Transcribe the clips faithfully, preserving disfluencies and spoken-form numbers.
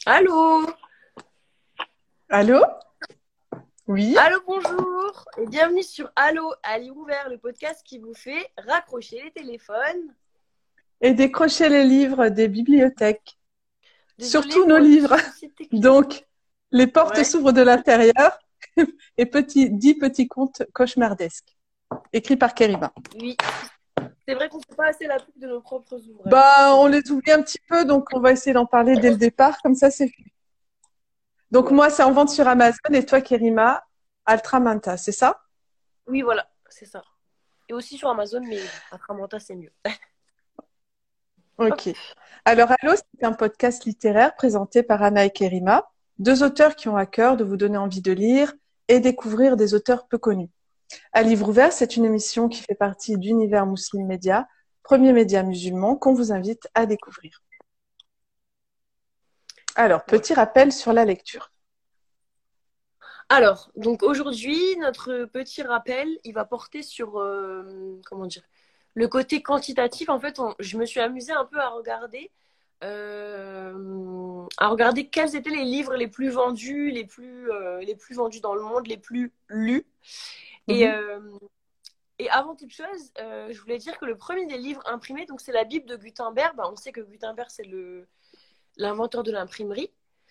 Allô? Allô? Oui? Allô, bonjour et bienvenue sur Allô, à livre ouvert, le podcast qui vous fait raccrocher les téléphones. Et décrocher les livres des bibliothèques. Désolée Surtout nos pour le livres. petit souci technique. Donc, les portes Ouais, s'ouvrent de l'intérieur et petit, dix petits contes cauchemardesques. Écrits par Keriba. oui. C'est vrai qu'on ne fait pas assez la pub de nos propres ouvrages. Bah, C'est on vrai. les oublie un petit peu, donc on va essayer d'en parler dès le départ, comme ça c'est fait. Donc Ouais. moi, c'est en vente sur Amazon et toi, Kerima, Altramanta, c'est ça? Oui, voilà, c'est ça. Et aussi sur Amazon, mais bon, Atramanta, c'est mieux. Hop. Ok. Alors, Allô, c'est un podcast littéraire présenté par Anna et Kerima, deux auteurs qui ont à cœur de vous donner envie de lire et découvrir des auteurs peu connus. À Livre ouvert, c'est une émission qui fait partie d'Univers Muslim Média, premier média musulman qu'on vous invite à découvrir. Alors, Ouais. petit rappel sur la lecture. Alors, donc aujourd'hui, notre petit rappel, il va porter sur, euh, comment dire, le côté quantitatif. En fait, on- je me suis amusée un peu à regarder, euh, à regarder quels étaient les livres les plus vendus, les plus, euh, les plus vendus dans le monde, les plus lus. Et, Mhm. euh, et avant toute chose, euh, je voulais dire que le premier des livres imprimés, donc c'est la Bible de Gutenberg. Bah, on sait que Gutenberg, c'est le, l'inventeur de l'imprimerie.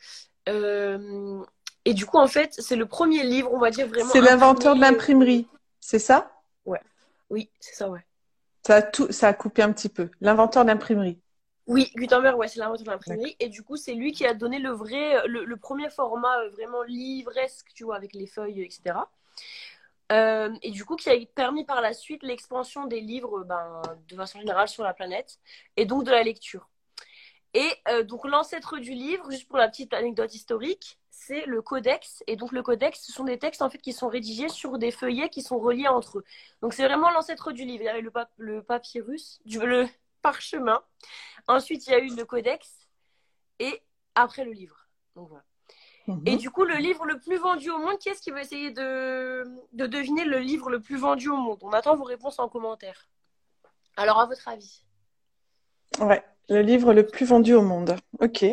Euh, et du coup, en fait, c'est le premier livre, on va dire, vraiment C'est l'inventeur de imprimé. euh, l'imprimerie, c'est ça? Ouais. Oui, c'est ça, ouais. Ça a, tout, ça a coupé un petit peu. L'inventeur de l'imprimerie. Oui, Gutenberg, ouais, c'est l'inventeur de l'imprimerie. D'accord. Et du coup, c'est lui qui a donné le vrai, le, le premier format euh, vraiment livresque, tu vois, avec les feuilles, et cetera. Euh, et du coup, qui a permis par la suite l'expansion des livres, ben, de façon générale sur la planète, et donc de la lecture. Et euh, donc l'ancêtre du livre, juste pour la petite anecdote historique, c'est le codex. Et donc le codex, ce sont des textes en fait qui sont rédigés sur des feuillets qui sont reliés entre eux. Donc c'est vraiment l'ancêtre du livre. Il y avait le, pap le papyrus, du, le parchemin. Ensuite, il y a eu le codex et après le livre. Donc voilà. Et Mhm. du coup, le livre le plus vendu au monde, qui est-ce qui veut essayer de, de deviner le livre le plus vendu au monde? On attend vos réponses en commentaire. Alors, à votre avis? Ouais, le livre le plus vendu au monde. Ok.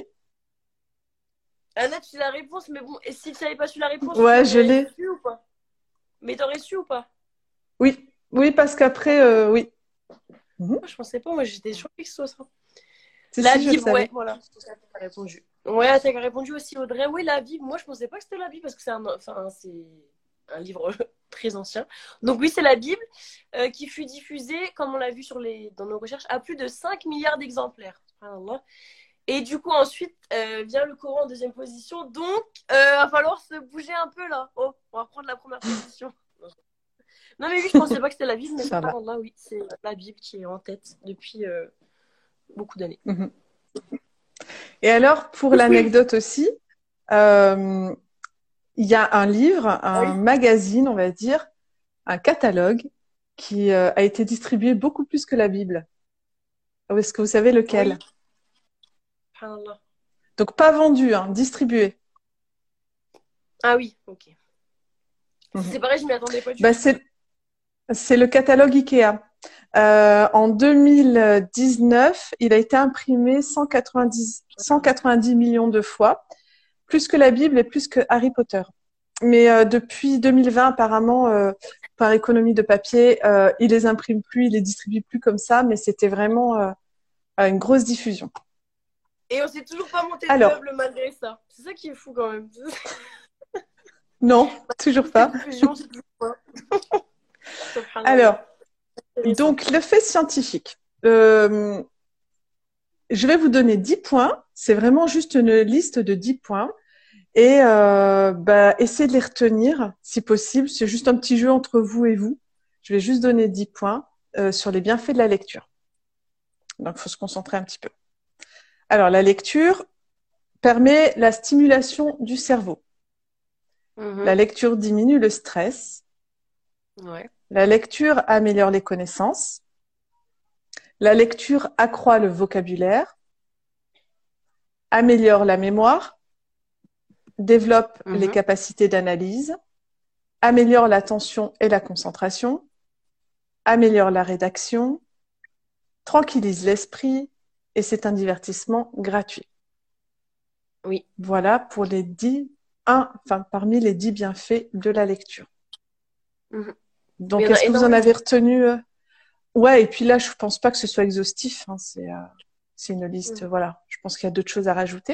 Anna, tu sais la réponse, mais bon, et si tu n'avais pas su la réponse, tu Ouais, je aurais l'ai. su ou pas? Mais t'aurais su ou pas? Oui, oui, parce Ah qu'après, ouais? euh, oui. Mhm. Moi, je pensais pas, moi j'étais choquée que ce soit ça. Si, La si, je le Bible, ouais, savais. voilà. C'est ça que t'as répondu. Ouais, t'as répondu aussi, Audrey. Oui, la Bible. Moi, je pensais pas que c'était la Bible parce que c'est un, enfin, c'est un livre très ancien. Donc oui, c'est la Bible euh, qui fut diffusée, comme on l'a vu sur les, dans nos recherches, à plus de cinq milliards d'exemplaires. Subhanallah. Et du coup, ensuite, euh, vient le Coran en deuxième position. Donc, il euh, va falloir se bouger un peu là. Oh, on va reprendre la première position. Non, mais oui, je pensais pas que c'était la Bible, mais Ça va. subhanallah, oui, c'est la Bible qui est en tête depuis euh, beaucoup d'années. Mhm. Et alors, pour Oui. l'anecdote aussi, euh, il y a un livre, un magazine, on va dire, un catalogue qui euh, a été distribué beaucoup plus que la Bible. Est-ce que vous savez Oui, lequel? subhanallah. Donc pas vendu, hein, distribué. Ah oui, ok. Si Mhm. c'est pareil, je m'y attendais pas du Bah, tout. c'est c'est le catalogue Ikea. Euh, en deux mille dix-neuf, il a été imprimé cent quatre-vingt-dix, cent quatre-vingt-dix millions de fois, plus que la Bible et plus que Harry Potter. Mais euh, depuis deux mille vingt, apparemment, euh, par économie de papier, euh, il les imprime plus, il les distribue plus comme ça, mais c'était vraiment euh, une grosse diffusion. Et on s'est toujours pas monté de Alors, meubles malgré ça. C'est ça qui est fou quand même. non, toujours Cette pas. diffusion, c'est toujours pas. Alors, Subhanallah. Intéressant. donc, le fait scientifique. Euh, je vais vous donner dix points. C'est vraiment juste une liste de dix points. Et euh, bah, essayez de les retenir, si possible. C'est juste un petit jeu entre vous et vous. Je vais juste donner dix points euh, sur les bienfaits de la lecture. Donc, il faut se concentrer un petit peu. Alors, la lecture permet la stimulation du cerveau. La Mhm. lecture diminue le stress. Ouais. La lecture améliore les connaissances. La lecture accroît le vocabulaire, améliore la mémoire, développe les Mhm. capacités d'analyse, améliore l'attention et la concentration, améliore la rédaction, tranquillise l'esprit et c'est un divertissement gratuit. Oui. Voilà pour les dix, un, enfin, parmi les dix bienfaits de la lecture. Mhm. Mais il Donc, y en a est-ce que vous en énormément. avez retenu? euh, Ouais, et puis là, je pense pas que ce soit exhaustif, hein, c'est, euh, c'est une liste, Mhm. voilà. Je pense qu'il y a d'autres choses à rajouter.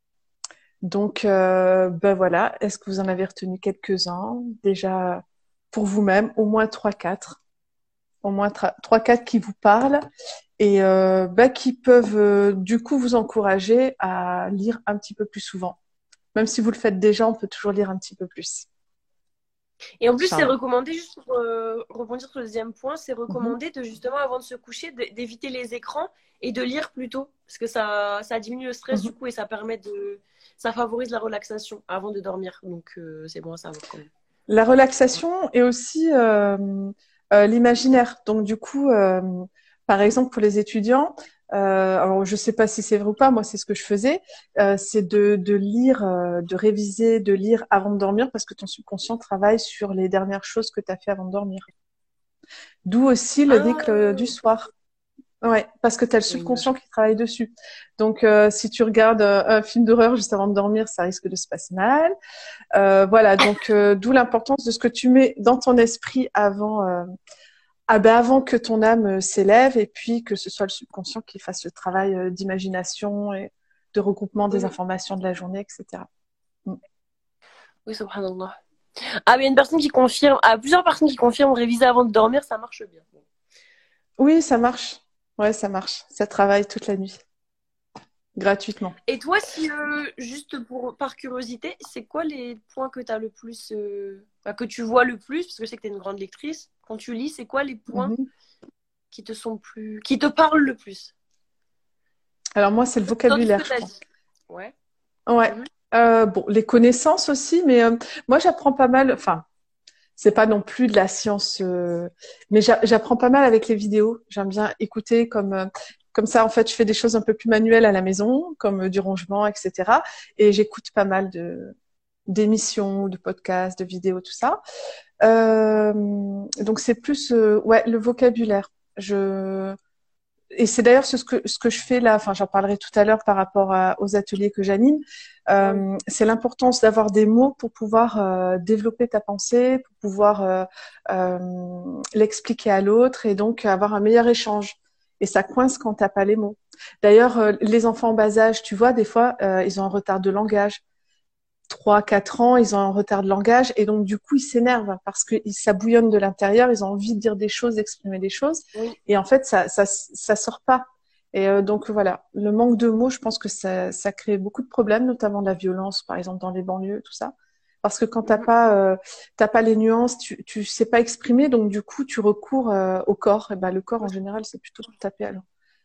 Donc, euh, ben voilà. Est-ce que vous en avez retenu quelques-uns? Déjà, pour vous-même, au moins trois, quatre. Au moins trois, quatre qui vous parlent et euh, bah, qui peuvent euh, du coup vous encourager à lire un petit peu plus souvent. Même si vous le faites déjà, on peut toujours lire un petit peu plus. Et en plus, c'est Inch'Allah. recommandé, juste pour euh, rebondir sur le deuxième point, c'est Mhm. recommandé de justement, avant de se coucher, de- d'éviter les écrans et de lire plus tôt. Parce que ça, ça diminue le stress Mhm. du coup et ça permet de. Ça favorise la relaxation avant de dormir. Donc, euh, c'est bon à savoir quand même. La relaxation et aussi euh, euh, l'imaginaire. Donc du coup, euh, par exemple pour les étudiants, euh, alors je sais pas si c'est vrai ou pas, moi c'est ce que je faisais, euh, c'est de, de lire, euh, de réviser, de lire avant de dormir parce que ton subconscient travaille sur les dernières choses que tu as fait avant de dormir. D'où aussi le dhikr euh, Ah, du soir. Ouais, parce que tu as le oui. subconscient qui travaille dessus. Donc, euh, si tu regardes euh, un film d'horreur juste avant de dormir, ça risque de se passer mal. Euh, voilà, donc euh, d'où l'importance de ce que tu mets dans ton esprit avant, euh, ah ben avant que ton âme euh, s'élève et puis que ce soit le subconscient qui fasse le travail euh, d'imagination et de regroupement des Mhm. informations de la journée, et cetera. Mm. Oui, subhanallah. Ah, mais il y a une personne qui confirme, ah, plusieurs personnes qui confirment réviser avant de dormir, ça marche bien. Oui, ça marche. Ouais, ça marche. Ça travaille toute la nuit, gratuitement. Et toi, si euh, juste pour par curiosité, c'est quoi les points que tu as le plus, euh, enfin, que tu vois le plus, parce que je sais que tu es une grande lectrice. Quand tu lis, c'est quoi les points Mhm. qui te sont plus, qui te parlent le plus? Alors moi, c'est le Dans tout ce que vocabulaire, tu je as crois. dit. Ouais. Ouais. Mhm. Euh, bon, les connaissances aussi, mais euh, moi j'apprends pas mal. Enfin, c'est pas non plus de la science, euh, mais j'a- j'apprends pas mal avec les vidéos. J'aime bien écouter comme euh, comme ça. En fait, je fais des choses un peu plus manuelles à la maison, comme euh, du rangement, et cetera. Et j'écoute pas mal de d'émissions, de podcasts, de vidéos, tout ça. Euh, donc c'est plus euh, ouais le vocabulaire. Je et c'est d'ailleurs ce que, ce que je fais là, enfin j'en parlerai tout à l'heure par rapport à- aux ateliers que j'anime, Oui. euh, c'est l'importance d'avoir des mots pour pouvoir euh, développer ta pensée, pour pouvoir euh, euh, l'expliquer à l'autre et donc avoir un meilleur échange. Et ça coince quand t'as pas les mots. D'ailleurs, euh, les enfants en bas âge, tu vois, des fois, euh, ils ont un retard de langage trois, quatre ans, ils ont un retard de langage et donc du coup ils s'énervent parce que ça bouillonne de l'intérieur, ils ont envie de dire des choses, d'exprimer des choses Oui. et en fait ça ça ça sort pas. Et euh, donc voilà, le manque de mots, je pense que ça ça crée beaucoup de problèmes, notamment de la violence, par exemple dans les banlieues, tout ça. Parce que quand t'as Mhm. pas euh, t'as pas les nuances, tu tu sais pas exprimer, donc du coup tu recours euh, au corps. Et ben le corps en général c'est plutôt pour taper alors.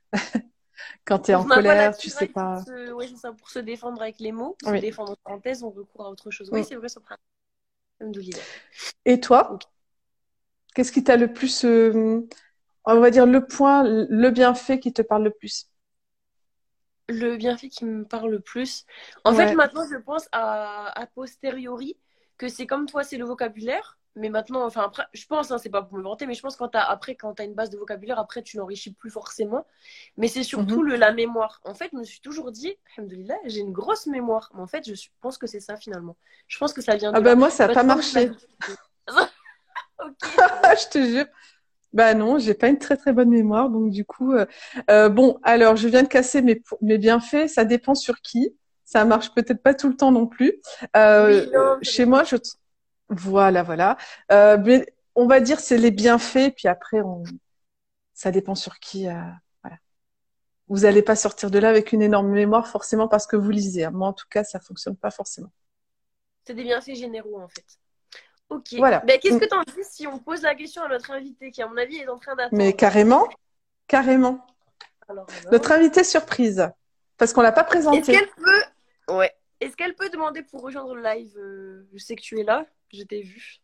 Quand t'es en On n'a pas colère, tu sais l'attirail pour pas. se, ouais, c'est ça, pour se défendre avec les mots, se Oui. défendre en parenthèse, on recourt à autre chose. Oui, Mm. c'est vrai, subhanallah. Alhamdoulilah. Et Ok. toi, qu'est-ce qui t'a le plus euh, on va dire le point, le bienfait qui te parle le plus. Le bienfait qui me parle le plus. En fait, Ouais. maintenant, je pense à, a posteriori que c'est comme toi, c'est le vocabulaire. Mais maintenant, enfin après, je pense, hein, c'est pas pour me vanter, mais je pense quand t'as, après, quand tu as une base de vocabulaire, après, tu n'enrichis plus forcément. Mais c'est surtout Mhm. le, la mémoire. En fait, je me suis toujours dit, alhamdoulilah, j'ai une grosse mémoire. Mais en fait, je suis- pense que c'est ça finalement. Je pense que ça vient Ah de ben là. moi, ça n'a Parce pas que comme je marché. l'avais dit. Ok, bon. Je te jure. Bah non, j'ai pas une très très bonne mémoire, donc du coup, euh, euh, bon, alors je viens de casser mes, mes bienfaits, ça dépend sur qui, ça marche peut-être pas tout le temps non plus. Euh, Oui, euh, non, ça chez moi, dépend. je, voilà, voilà. Euh, mais on va dire c'est les bienfaits, puis après, on, ça dépend sur qui. Euh, voilà. Vous allez pas sortir de là avec une énorme mémoire forcément parce que vous lisez, hein. Moi, en tout cas, ça fonctionne pas forcément. C'est des bienfaits généraux, en fait. Ok. Voilà. Ben, qu'est-ce Mm. que t'en dis si on pose la question à notre invité qui, à mon avis, est en train Mais d'attendre? carrément, carrément. Alors, alors. Notre invitée surprise, parce qu'on l'a pas Est-ce présentée. qu'elle peut. Ouais. Est-ce qu'elle peut demander pour rejoindre le live? euh, Je sais que tu es là. Je t'ai vu.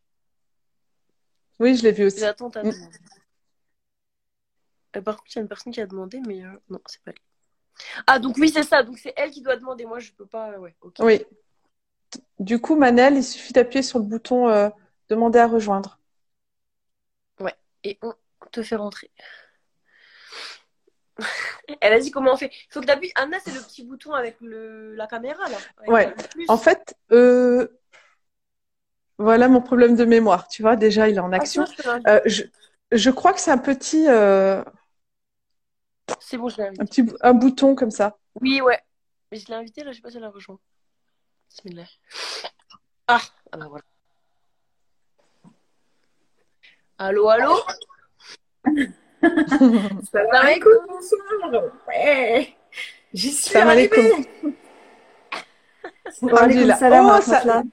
Oui, je l'ai vu aussi. J'attends ta Mm. demande. Euh, par contre, il y a une personne qui a demandé, mais euh, non, c'est pas elle. Ah, donc oui, c'est ça. Donc c'est elle qui doit demander. Moi, je peux pas. Ouais, ok. Oui. Du coup, Manel, il suffit d'appuyer sur le bouton euh, demander à rejoindre. Ouais. Et on te fait rentrer. Elle a dit comment on fait. Il faut que tu appuies. Anna, c'est le petit bouton avec le... la caméra, là. Avec Ouais. le plus. En fait, euh, voilà mon problème de mémoire. Tu vois, déjà, il est en Ah, sinon, action. je te l'invite. Euh, je, je crois que c'est un petit, euh, C'est bon, je l'ai un invité. petit, bou- un bouton comme ça. Oui, ouais. Mais je l'ai invité, là, je sais pas si elle a rejoint. Bismillah. Ah, ah bah voilà. Allô, allô? Salam Ça va alaikum, bonsoir. Ouais, j'y suis Salam alaikum. arrivée. Salam alaikum, Alhamdulillah. salam wa Oh, ça, rahmatullah.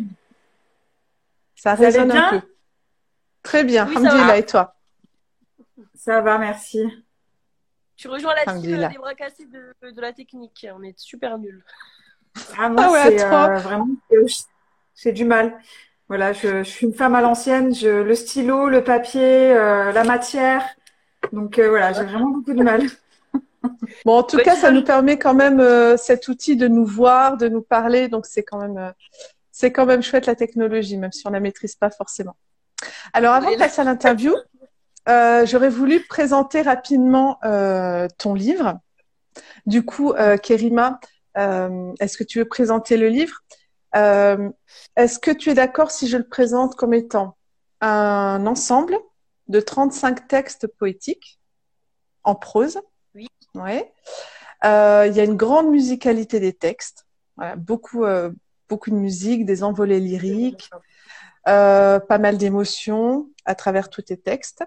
ça Vous allez résonne un bien? peu. Très bien. Oui, ça va. Alhamdulillah. Et toi? Ça va, merci. Tu rejoins la team euh, Alhamdulillah. des bras cassés de, de la technique. On est super nuls. Ah, moi, Ah ouais, à c'est toi. euh, vraiment, euh, j'ai du mal. Voilà, je, je suis une femme à l'ancienne. Je, le stylo, le papier, euh, la matière. Donc euh, voilà, j'ai vraiment beaucoup de mal. Bon, en tout Bah, cas, tu ça vas... nous permet quand même euh, cet outil de nous voir, de nous parler. Donc, c'est quand même, euh, c'est quand même chouette la technologie, même si on la maîtrise pas forcément. Alors, avant de Et là, passer à l'interview, euh, j'aurais voulu présenter rapidement euh, ton livre. Du coup, euh, Kerima, euh, est-ce que tu veux présenter le livre? Euh, est-ce que tu es d'accord si je le présente comme étant un ensemble de trente-cinq textes poétiques en prose? oui. Ouais. Euh, il y a une grande musicalité des textes, voilà, beaucoup, euh, beaucoup de musique, des envolées lyriques, euh, pas mal d'émotions à travers tous tes textes.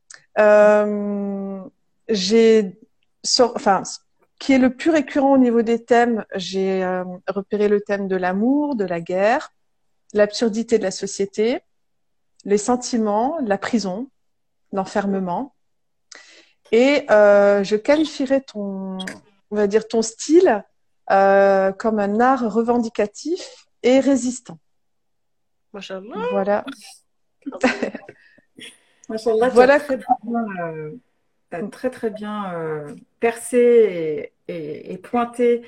Euh, j'ai, sur- enfin, ce qui est le plus récurrent au niveau des thèmes, j'ai euh, repéré le thème de l'amour, de la guerre, l'absurdité de la société, les sentiments, la prison, l'enfermement. Et euh, je qualifierais ton, on va dire ton style euh, comme un art revendicatif et résistant. Machallah. Voilà, Machallah, tu as voilà. très bien, euh, t'as très très bien euh, percé et, et- et pointé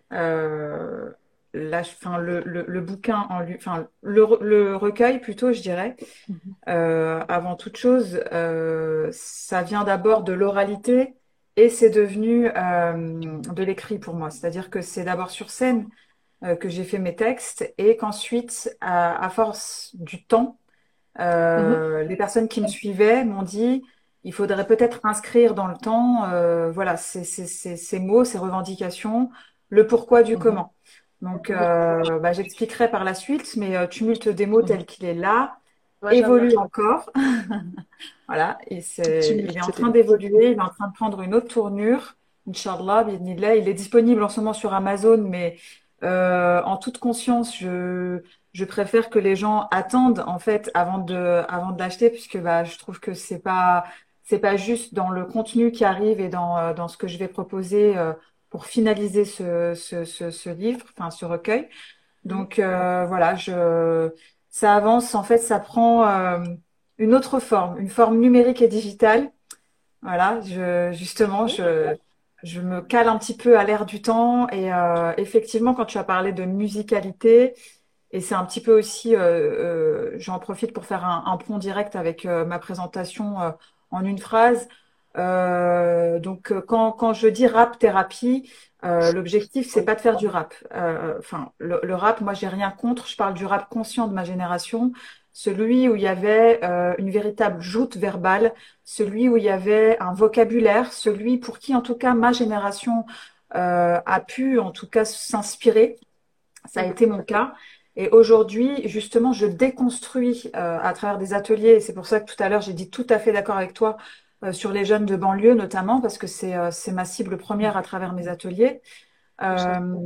euh, la, enfin, le, le, le bouquin en lui, enfin le, re- le recueil plutôt, je dirais. Euh, avant toute chose, euh, ça vient d'abord de l'oralité et c'est devenu euh, de l'écrit pour moi. C'est-à-dire que c'est d'abord sur scène euh, que j'ai fait mes textes et qu'ensuite, à, à force du temps, Mhm, euh, les personnes qui me suivaient m'ont dit, il faudrait peut-être inscrire dans le temps, euh, voilà, ces, ces, ces, ces mots, ces revendications, le pourquoi du mhm, comment. Donc, euh, bah, j'expliquerai par la suite, mais euh, tumulte des mots tel mhm. qu'il est là Machallah. évolue encore. Voilà, et c'est, il est en Tumulte des train mots. d'évoluer, il est en train de prendre une autre tournure. Inch'Allah, bi'idhnillah. Il est disponible en ce moment sur Amazon, mais euh, en toute conscience, je, je préfère que les gens attendent en fait avant de, avant de l'acheter, puisque bah, je trouve que c'est pas, c'est pas juste dans le contenu qui arrive et dans, euh, dans ce que je vais proposer euh, pour finaliser ce, ce, ce, ce livre, enfin ce recueil. Mhm. Donc euh, voilà, je, ça avance. En fait, ça prend euh, une autre forme, une forme numérique et digitale. Voilà, je, justement, je, je me cale un petit peu à l'ère du temps. Et euh, effectivement, quand tu as parlé de musicalité, et c'est un petit peu aussi, euh, euh, j'en profite pour faire un, un pont direct avec euh, ma présentation euh, en une phrase. Euh, donc, euh, quand, quand je dis rap thérapie, euh, l'objectif, c'est pas de faire du rap. Euh, Enfin, le, le rap, moi, j'ai rien contre. Je parle du rap conscient de ma génération, celui où il y avait euh, une véritable joute verbale, celui où il y avait un vocabulaire, celui pour qui, en tout cas, ma génération euh, a pu, en tout cas, s'inspirer. Ça a Mhm. été mon cas. Et aujourd'hui, justement, je déconstruis euh, à travers des ateliers. Et c'est pour ça que tout à l'heure, j'ai dit tout à fait d'accord avec toi euh, sur les jeunes de banlieue, notamment, parce que c'est euh, c'est ma cible première à travers mes ateliers. Machallah. Euh,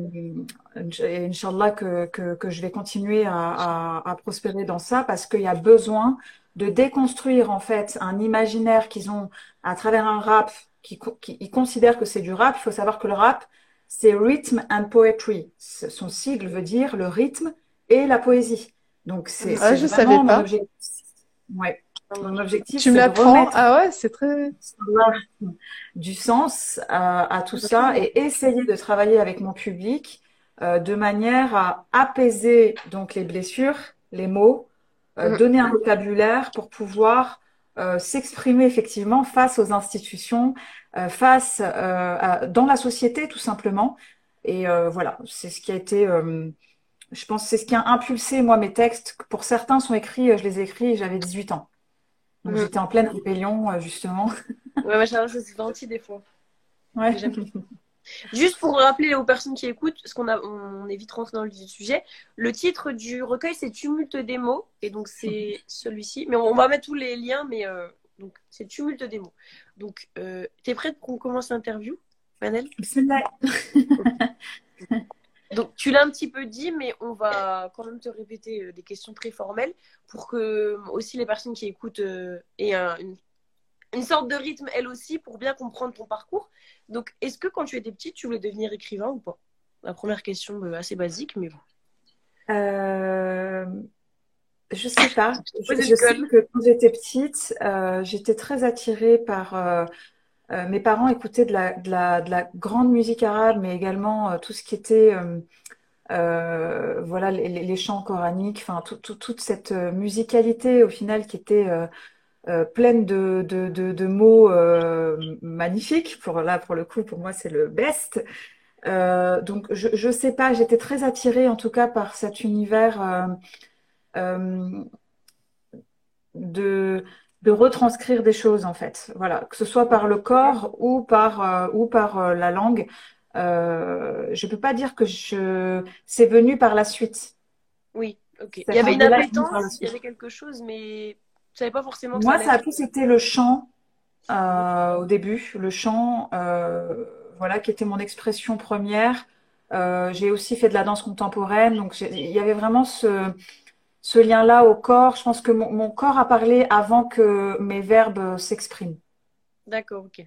et Inch'Allah que, que, que je vais continuer à, à, à prospérer dans ça parce qu'il y a besoin de déconstruire en fait un imaginaire qu'ils ont à travers un rap qui, qui ils considèrent que c'est du rap. Il faut savoir que le rap, c'est Rhythm and Poetry. Son sigle veut dire le rythme et la poésie. Donc c'est Mhm. Ah, c'est je savais vraiment mon pas. objectif. Ouais. Mon objectif, Tu me c'est de l'apprends? remettre Ah ouais, c'est très. du sens à, à tout ça Machallah. et essayer de travailler avec mon public euh, de manière à apaiser donc les blessures, les mots, euh, Mhm. donner un vocabulaire pour pouvoir euh, s'exprimer effectivement face aux institutions, euh, face euh, à- dans la société tout simplement. Et euh, voilà, c'est ce qui a été, euh, je pense, c'est ce qui a impulsé moi mes textes. Pour certains sont écrits, euh, je les ai écrits, j'avais dix-huit ans. Donc Mhm. j'étais en pleine rébellion euh, justement. Ouais, machin, ça c'est gentil des fois. Ouais. Mais j'aime bien. Juste pour rappeler aux personnes qui écoutent, parce qu'on a, on est vite rentré dans le vif du sujet, le titre du recueil c'est Tumulte des mots, et donc c'est celui-ci. Mais on va mettre tous les liens, mais euh, donc c'est Tumulte des mots. Donc, euh, t'es prête pour qu'on commence l'interview, Manel? Bismillah. Ok. Donc, tu l'as un petit peu dit, mais on va quand même te répéter euh, des questions très formelles pour que euh, aussi les personnes qui écoutent euh, aient un- une, une sorte de rythme, elles aussi, pour bien comprendre ton parcours. Donc, est-ce que quand tu étais petite, tu voulais devenir écrivain ou pas? La première question euh, assez basique, mais bon. Euh, je sais pas. Je, Ouais, je je sais déconne. que quand j'étais petite, euh, j'étais très attirée par. Euh, euh, mes parents écoutaient de la, de la, de la grande musique arabe, mais également euh, tout ce qui était, euh, euh, voilà, les, les- les chants coraniques, enfin tout, tout- toute cette euh, musicalité au final qui était euh, euh, pleine de, de, de, de mots euh, magnifiques. Pour là, pour le coup, pour moi, c'est le best. Euh, donc, je, je sais pas. J'étais très attirée en tout cas par cet univers. Euh, euh, de, de retranscrire des choses en fait. Voilà, que ce soit par le corps ou par, euh, ou par euh, la langue. Euh, je peux pas dire que je c'est venu par la suite. Oui, ok. Il y Cette avait une envie-là est venue par la appétence, il y suite. avait quelque chose, mais tu savais pas forcément que ça Moi, allait ça a être. plus été le chant Mhm. euh, au début, le chant, euh, voilà, qui était mon expression première. Euh, j'ai aussi fait de la danse contemporaine, donc j'ai- il y avait vraiment ce, ce lien-là au corps. Je pense que mon, mon corps a parlé avant que mes verbes s'expriment. D'accord, ok.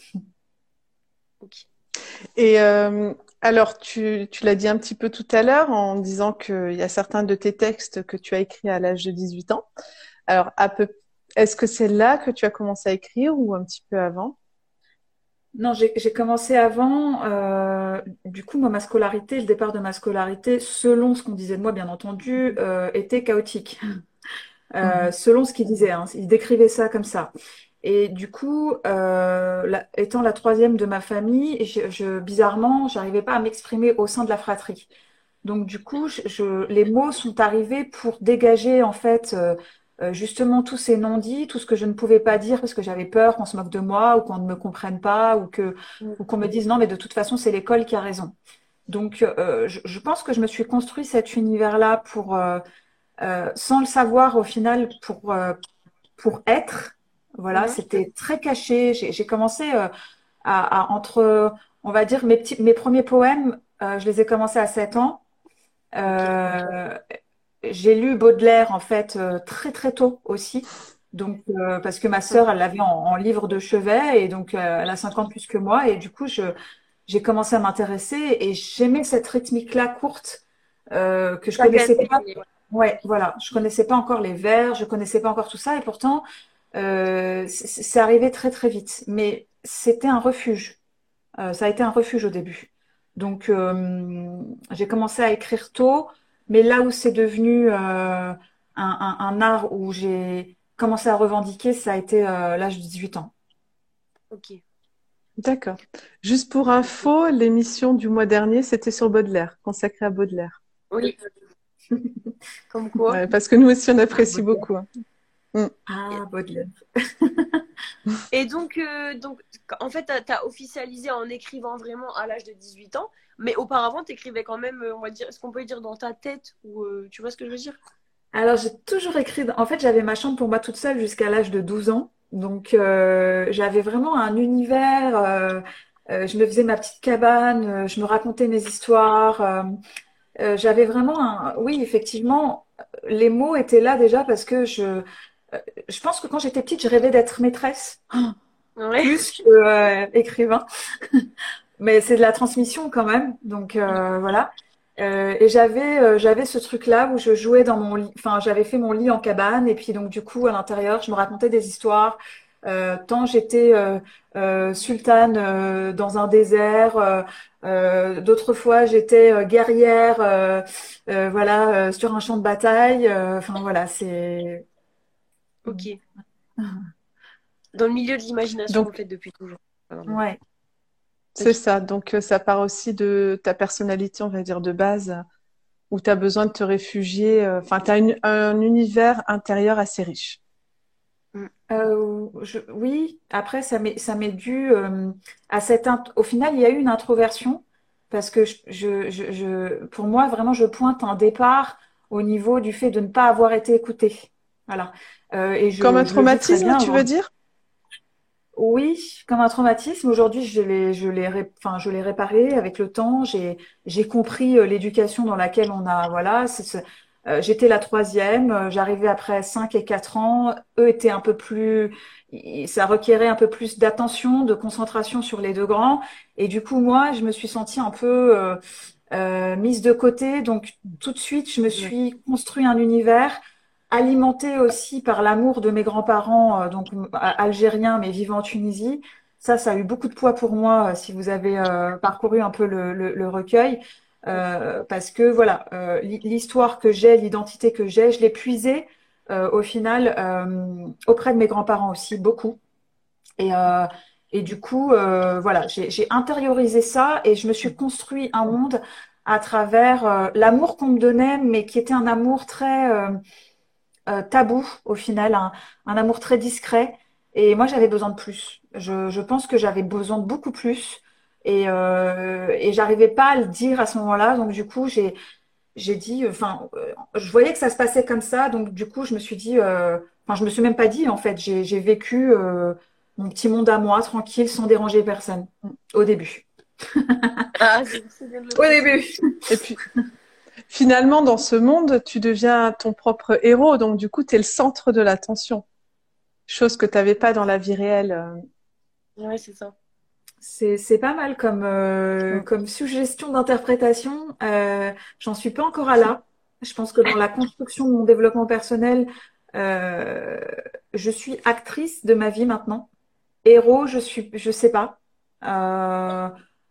Ok. Et euh, alors, tu, tu l'as dit un petit peu tout à l'heure en disant qu'il y a certains de tes textes que tu as écrits à l'âge de dix-huit ans. Alors, à peu, est-ce que c'est là que tu as commencé à écrire ou un petit peu avant? Non, j'ai j'ai commencé avant. Euh, du coup, moi, ma scolarité, le départ de ma scolarité, selon ce qu'on disait de moi, bien entendu, euh, était chaotique. Euh, selon ce qu'il disait, hein, il décrivait ça comme ça. Et du coup, euh, la- étant la troisième de ma famille, je, je- bizarrement, j'arrivais pas à m'exprimer au sein de la fratrie. Donc du coup, je, je- les mots sont arrivés pour dégager en fait euh, euh, justement tous ces non-dits, tout ce que je ne pouvais pas dire parce que j'avais peur qu'on se moque de moi ou qu'on ne me comprenne pas ou que Mhm. ou qu'on me dise non mais de toute façon c'est l'école qui a raison. Donc euh, je, je pense que je me suis construit cet univers-là pour euh, euh, sans le savoir au final pour euh, pour être. Voilà, Mhm. c'était très caché. J'ai j'ai commencé euh, à, à entre on va dire mes petits mes premiers poèmes, euh, je les ai commencés à sept ans. Ok. Euh, j'ai lu Baudelaire en fait euh, très très tôt aussi. Donc euh, parce que ma Mhm. sœur elle l'avait en, en livre de chevet et donc euh, elle a cinq ans de plus que moi et du coup je j'ai commencé à m'intéresser et j'aimais cette rythmique-là courte euh, que je Chaque connaissais année. pas. Ouais, voilà, je connaissais pas encore les vers, je connaissais pas encore tout ça et pourtant euh, c'est c'est arrivé très très vite. Mais c'était un refuge. Euh, ça a été un refuge au début. Donc, euh, j'ai commencé à écrire tôt, mais là où c'est devenu euh, un, un- un art où j'ai commencé à revendiquer, ça a été euh, l'âge de dix-huit ans. Ok. D'accord. Juste pour info, l'émission du mois dernier, c'était sur Baudelaire, consacrée à Baudelaire. Oui, comme quoi. Ouais, parce que nous aussi, on Ah, apprécie Baudelaire. beaucoup, hein. Mm. Ah, Baudelaire. Et donc, euh, donc, en fait, tu as officialisé en écrivant vraiment à l'âge de dix-huit ans, mais auparavant, tu écrivais quand même, euh, on va dire, est-ce qu'on peut dire dans ta tête ou euh, tu vois ce que je veux dire? Alors, j'ai toujours écrit. En fait, j'avais ma chambre pour moi toute seule jusqu'à l'âge de douze ans. Donc, euh, j'avais vraiment un univers. Euh, euh, je me faisais ma petite cabane, euh, je me racontais mes histoires. euh, Euh, j'avais vraiment un... Oui, effectivement, les mots étaient là déjà parce que je, euh, je pense que quand j'étais petite, je rêvais d'être maîtresse Ouais, plus que euh, écrivain. Mais c'est de la transmission quand même. Donc euh, voilà. Euh, et j'avais euh, j'avais ce truc-là où je jouais dans mon lit. Enfin, j'avais fait mon lit en cabane et puis donc du coup à l'intérieur, je me racontais des histoires. Euh, tant j'étais euh, euh, sultane euh, dans un désert, euh, euh, d'autres fois j'étais euh, guerrière, euh, euh, voilà, euh, sur un champ de bataille. Euh, Enfin voilà, c'est ok. dans le milieu de l'imagination, en Donc, fait, depuis toujours. Vraiment. Ouais. c'est ça. Donc, euh, ça part aussi de ta personnalité, on va dire, de base, où tu as besoin de te réfugier. euh, Enfin, tu as un univers intérieur assez riche. Mm. Euh, je- oui, après, ça m'est, ça m'est dû euh, à cette. int- Au final, il y a eu une introversion parce que je, je, je, je- pour moi, vraiment, je pointe un départ au niveau du fait de ne pas avoir été écoutée. Voilà. Euh, et Comme je, un je le vis très traumatisme, bien tu veux aujourd'hui. dire? Oui, comme un traumatisme. Aujourd'hui, je l'ai, je l'ai, ré- enfin, je l'ai réparé avec le temps. J'ai, j'ai compris euh, l'éducation dans laquelle on a, voilà. c'est ce- euh, j'étais la troisième. euh, J'arrivais après cinq et quatre ans. Eux étaient un peu plus, i- ça requérait un peu plus d'attention, de concentration sur les deux grands. Et du coup, moi, je me suis sentie un peu euh, euh, mise de côté. Donc, tout de suite, je me Ouais. suis construit un univers alimenté aussi par l'amour de mes grands-parents, euh, donc m- a- algériens mais vivant en Tunisie. Ça, ça a eu beaucoup de poids pour moi euh, si vous avez euh, parcouru un peu le, le- le recueil, euh, parce que voilà, euh, l'hi- l'histoire que j'ai, l'identité que j'ai, je l'ai puisée euh, au final euh, auprès de mes grands-parents aussi beaucoup. Et, euh, et du coup, euh, voilà, j'ai j'ai intériorisé ça et je me suis construit un monde à travers euh, l'amour qu'on me donnait, mais qui était un amour très euh, euh, tabou au final, un, un amour très discret. Et moi, j'avais besoin de plus. Je, je pense que j'avais besoin de beaucoup plus. Et, euh, et j'arrivais pas à le dire à ce moment-là. Donc du coup, j'ai j'ai dit, enfin, euh, je voyais que ça se passait comme ça. Donc du coup, je me suis dit, euh, enfin, je me suis même pas dit en fait. J'ai j'ai vécu euh, mon petit monde à moi, tranquille, sans déranger personne. Au début. Ah, c'est c'est bien de le Au préciser. début. Et puis, finalement, dans ce monde, tu deviens ton propre héros. Donc, du coup, tu es le centre de l'attention. Chose que tu n'avais pas dans la vie réelle. euh. Ouais, c'est ça. C'est, c'est pas mal comme, euh, Mm. comme suggestion d'interprétation. Euh, j'en suis pas encore à là. Je pense que dans la construction de mon développement personnel, euh, je suis actrice de ma vie maintenant. Héros, je suis, je sais pas. Euh,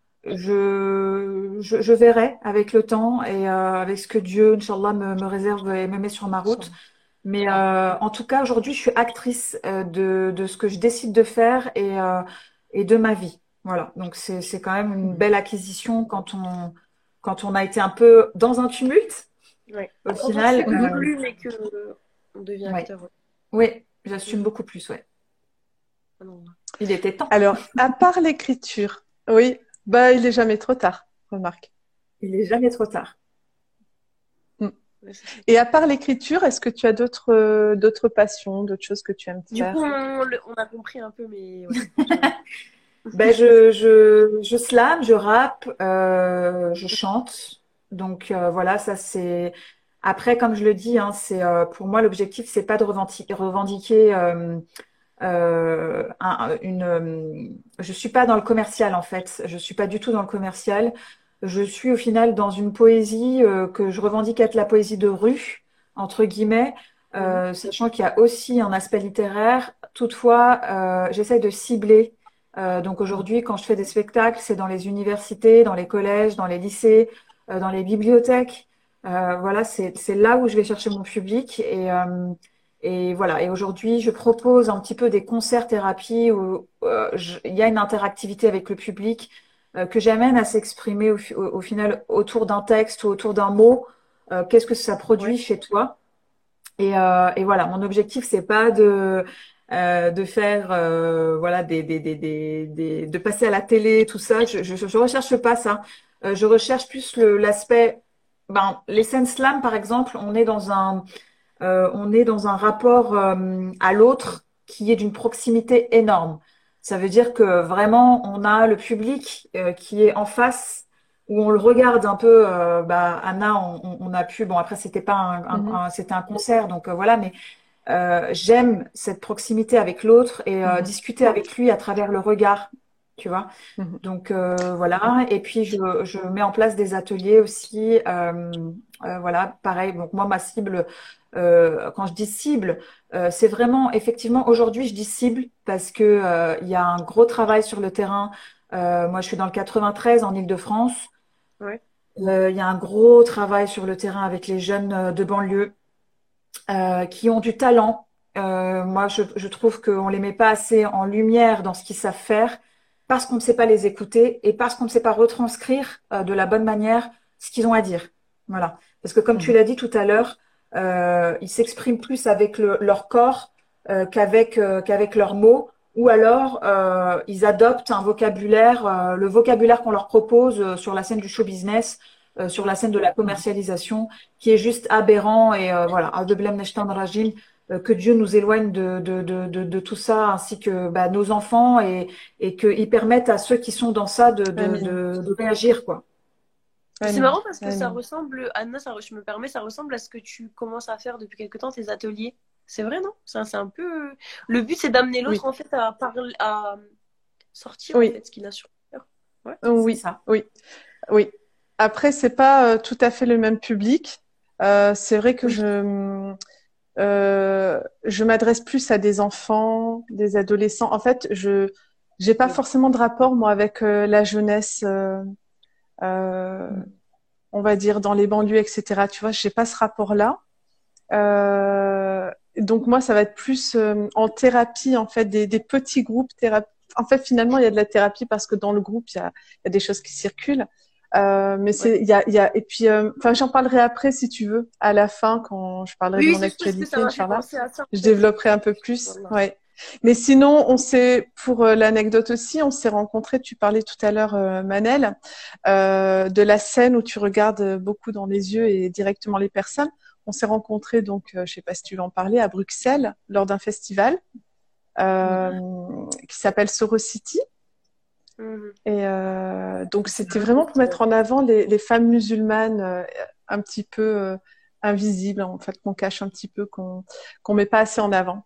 je, je, je verrai avec le temps et euh, avec ce que Dieu, Inch'Allah, me, me réserve et me met sur ma route. Mais euh, en tout cas, aujourd'hui, je suis actrice euh, de, de ce que je décide de faire et, euh, et de ma vie. Voilà. Donc, c'est, c'est quand même une belle acquisition quand on, quand on a été un peu dans un tumulte. Ouais. Au Quand on final, n'assume euh, plus, mais que euh, on devient ouais. acteur. Ouais. Oui, j'assume Mm. beaucoup plus, ouais. Ah non, non. Il était temps. Alors, à part l'écriture, oui, bah, il est jamais trop tard, remarque. Il est jamais trop tard. Mm. Ouais, c'est ça. Et à part l'écriture, est-ce que tu as d'autres euh, d'autres passions, d'autres choses que tu aimes Du coup, faire? on, le- on a compris un peu, mais ouais. j'avoue. Ben, je, je, je slam, je rappe, euh, je chante. Donc euh, voilà, ça c'est. Après, comme je le dis, hein, c'est euh, pour moi l'objectif, c'est pas de revendiquer, revendiquer euh, euh, un- une. euh, je suis pas dans le commercial en fait. Je suis pas du tout dans le commercial. Je suis au final dans une poésie euh, que je revendique être la poésie de rue entre guillemets, Mhm. euh, sachant qu'il y a aussi un aspect littéraire. Toutefois, euh, j'essaie de cibler. Euh, donc aujourd'hui, quand je fais des spectacles, c'est dans les universités, dans les collèges, dans les lycées, euh, dans les bibliothèques. Euh, voilà, c'est c'est là où je vais chercher mon public et euh, et voilà. Et aujourd'hui, je propose un petit peu des concerts thérapies où euh, je- il y a une interactivité avec le public euh, que j'amène à s'exprimer au, fi- au- au final autour d'un texte ou autour d'un mot. Euh, qu'est-ce que ça Ouais. produit chez toi? Et, euh, et voilà, mon objectif, c'est pas de euh, de faire euh, voilà des, des, des, des, des- de passer à la télé, tout ça. Je, je, je recherche pas ça. Euh, je recherche plus le l'aspect. Ben, les scènes slam, par exemple, on est dans un euh, on est dans un rapport euh, à l'autre qui est d'une proximité énorme. Ça veut dire que vraiment, on a le public euh, qui est en face, où on le regarde un peu. Euh, bah, Anna, on, on- on a pu. Bon, après, c'était pas un, un- Mhm, un- c'était un concert, donc euh, voilà. Mais euh, j'aime cette proximité avec l'autre et euh, mhm, discuter avec lui à travers le regard, tu vois. mhm. Donc euh, voilà, et puis je, je mets en place des ateliers aussi. Euh, euh, voilà, pareil. Donc moi, ma cible, euh, quand je dis cible, euh, c'est vraiment effectivement aujourd'hui, je dis cible parce que euh, il y a un gros travail sur le terrain. Euh, moi, je suis dans le quatre-vingt-treize en Île-de-France. Ouais. Euh, Il y a un gros travail sur le terrain avec les jeunes euh, de banlieue euh, qui ont du talent Euh, moi, je, je trouve qu'on les met pas assez en lumière dans ce qu'ils savent faire parce qu'on ne sait pas les écouter et parce qu'on ne sait pas retranscrire euh, de la bonne manière ce qu'ils ont à dire. Voilà. Parce que comme tu Mhm. l'as dit tout à l'heure, euh, ils s'expriment plus avec le- leur corps euh, qu'avec euh, qu'avec leurs mots, ou alors euh, ils adoptent un vocabulaire, euh, le vocabulaire qu'on leur propose euh, sur la scène du show business, euh, sur la scène de la Mhm. commercialisation, qui est juste aberrant et euh, voilà. A'udhu billahi minash shaitanir rajim. Euh, que Dieu nous éloigne de, de, de, de, de tout ça, ainsi que bah, nos enfants, et, et qu'ils permettent à ceux qui sont dans ça de, de, Amine. de, de réagir, quoi. C'est Amine. marrant parce que ça Amine. ressemble, Anna, ça, je me permets, ça ressemble à ce que tu commences à faire depuis quelque temps, tes ateliers. C'est vrai, non? C'est un, c'est un peu. Le but, c'est d'amener l'autre, Oui, en fait, à parler, à sortir, en oui, fait, ce qu'il a sur le cœur. Ouais. C'est oui, ça. oui, oui. Après, c'est pas euh, tout à fait le même public. Euh, c'est vrai que Oui. je, euh, je m'adresse plus à des enfants, des adolescents. En fait, je, j'ai pas Oui. forcément de rapport, moi, avec euh, la jeunesse, euh, euh, on va dire, dans les banlieues, et cetera. Tu vois, j'ai pas ce rapport-là. Euh, donc moi, ça va être plus euh, en thérapie, en fait, des, des petits groupes thérapie. En fait, finalement, il y a de la thérapie parce que dans le groupe, il y a, il y a des choses qui circulent. Euh, mais Ouais. c'est, il y a, il y a, et puis, euh, enfin, j'en parlerai après si tu veux, à la fin, quand je parlerai Oui, de oui, mon c'est juste parce que ça actualité, m'a fait Inch'Allah. penser à ça, en Je fait. développerai un peu plus. Voilà. Ouais. Mais sinon, on s'est, pour euh, l'anecdote aussi, on s'est rencontrés. Tu parlais tout à l'heure, euh, Manel, euh, de la scène où tu regardes beaucoup dans les yeux et directement les personnes. On s'est rencontrés donc, euh, je sais pas si tu veux en parler, à Bruxelles lors d'un festival Mhm. euh, qui s'appelle Sorocity. Mhm. Et euh, donc C'est c'était un vraiment pour festival. mettre en avant les, les femmes musulmanes euh, un petit peu euh, invisibles, en fait, qu'on cache un petit peu, qu'on qu'on met pas assez en avant.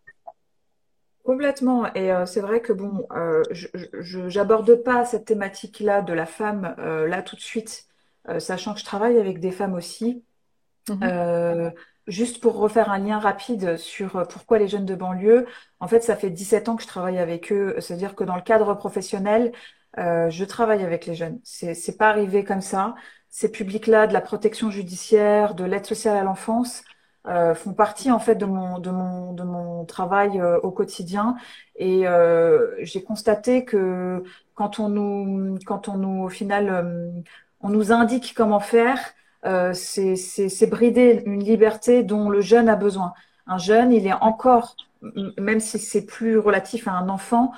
Complètement. Et euh, c'est vrai que bon, euh, je, je, j'aborde pas cette thématique-là de la femme euh, là tout de suite, euh, sachant que je travaille avec des femmes aussi. Mhm. Euh, Juste pour refaire un lien rapide sur euh, pourquoi les jeunes de banlieue, en fait, ça fait dix-sept ans que je travaille avec eux. C'est-à-dire que dans le cadre professionnel, euh, je travaille avec les jeunes. C'est, c'est pas arrivé comme ça. Ces publics-là, de la protection judiciaire, de l'aide sociale à l'enfance, euh, font partie en fait de mon de mon de mon travail euh, au quotidien. Et euh, j'ai constaté que quand on nous quand on nous au final euh, on nous indique comment faire, euh, c'est c'est- c'est brider une liberté dont le jeune a besoin. Un jeune, il est Ouais. encore, m- même si c'est plus relatif à un enfant,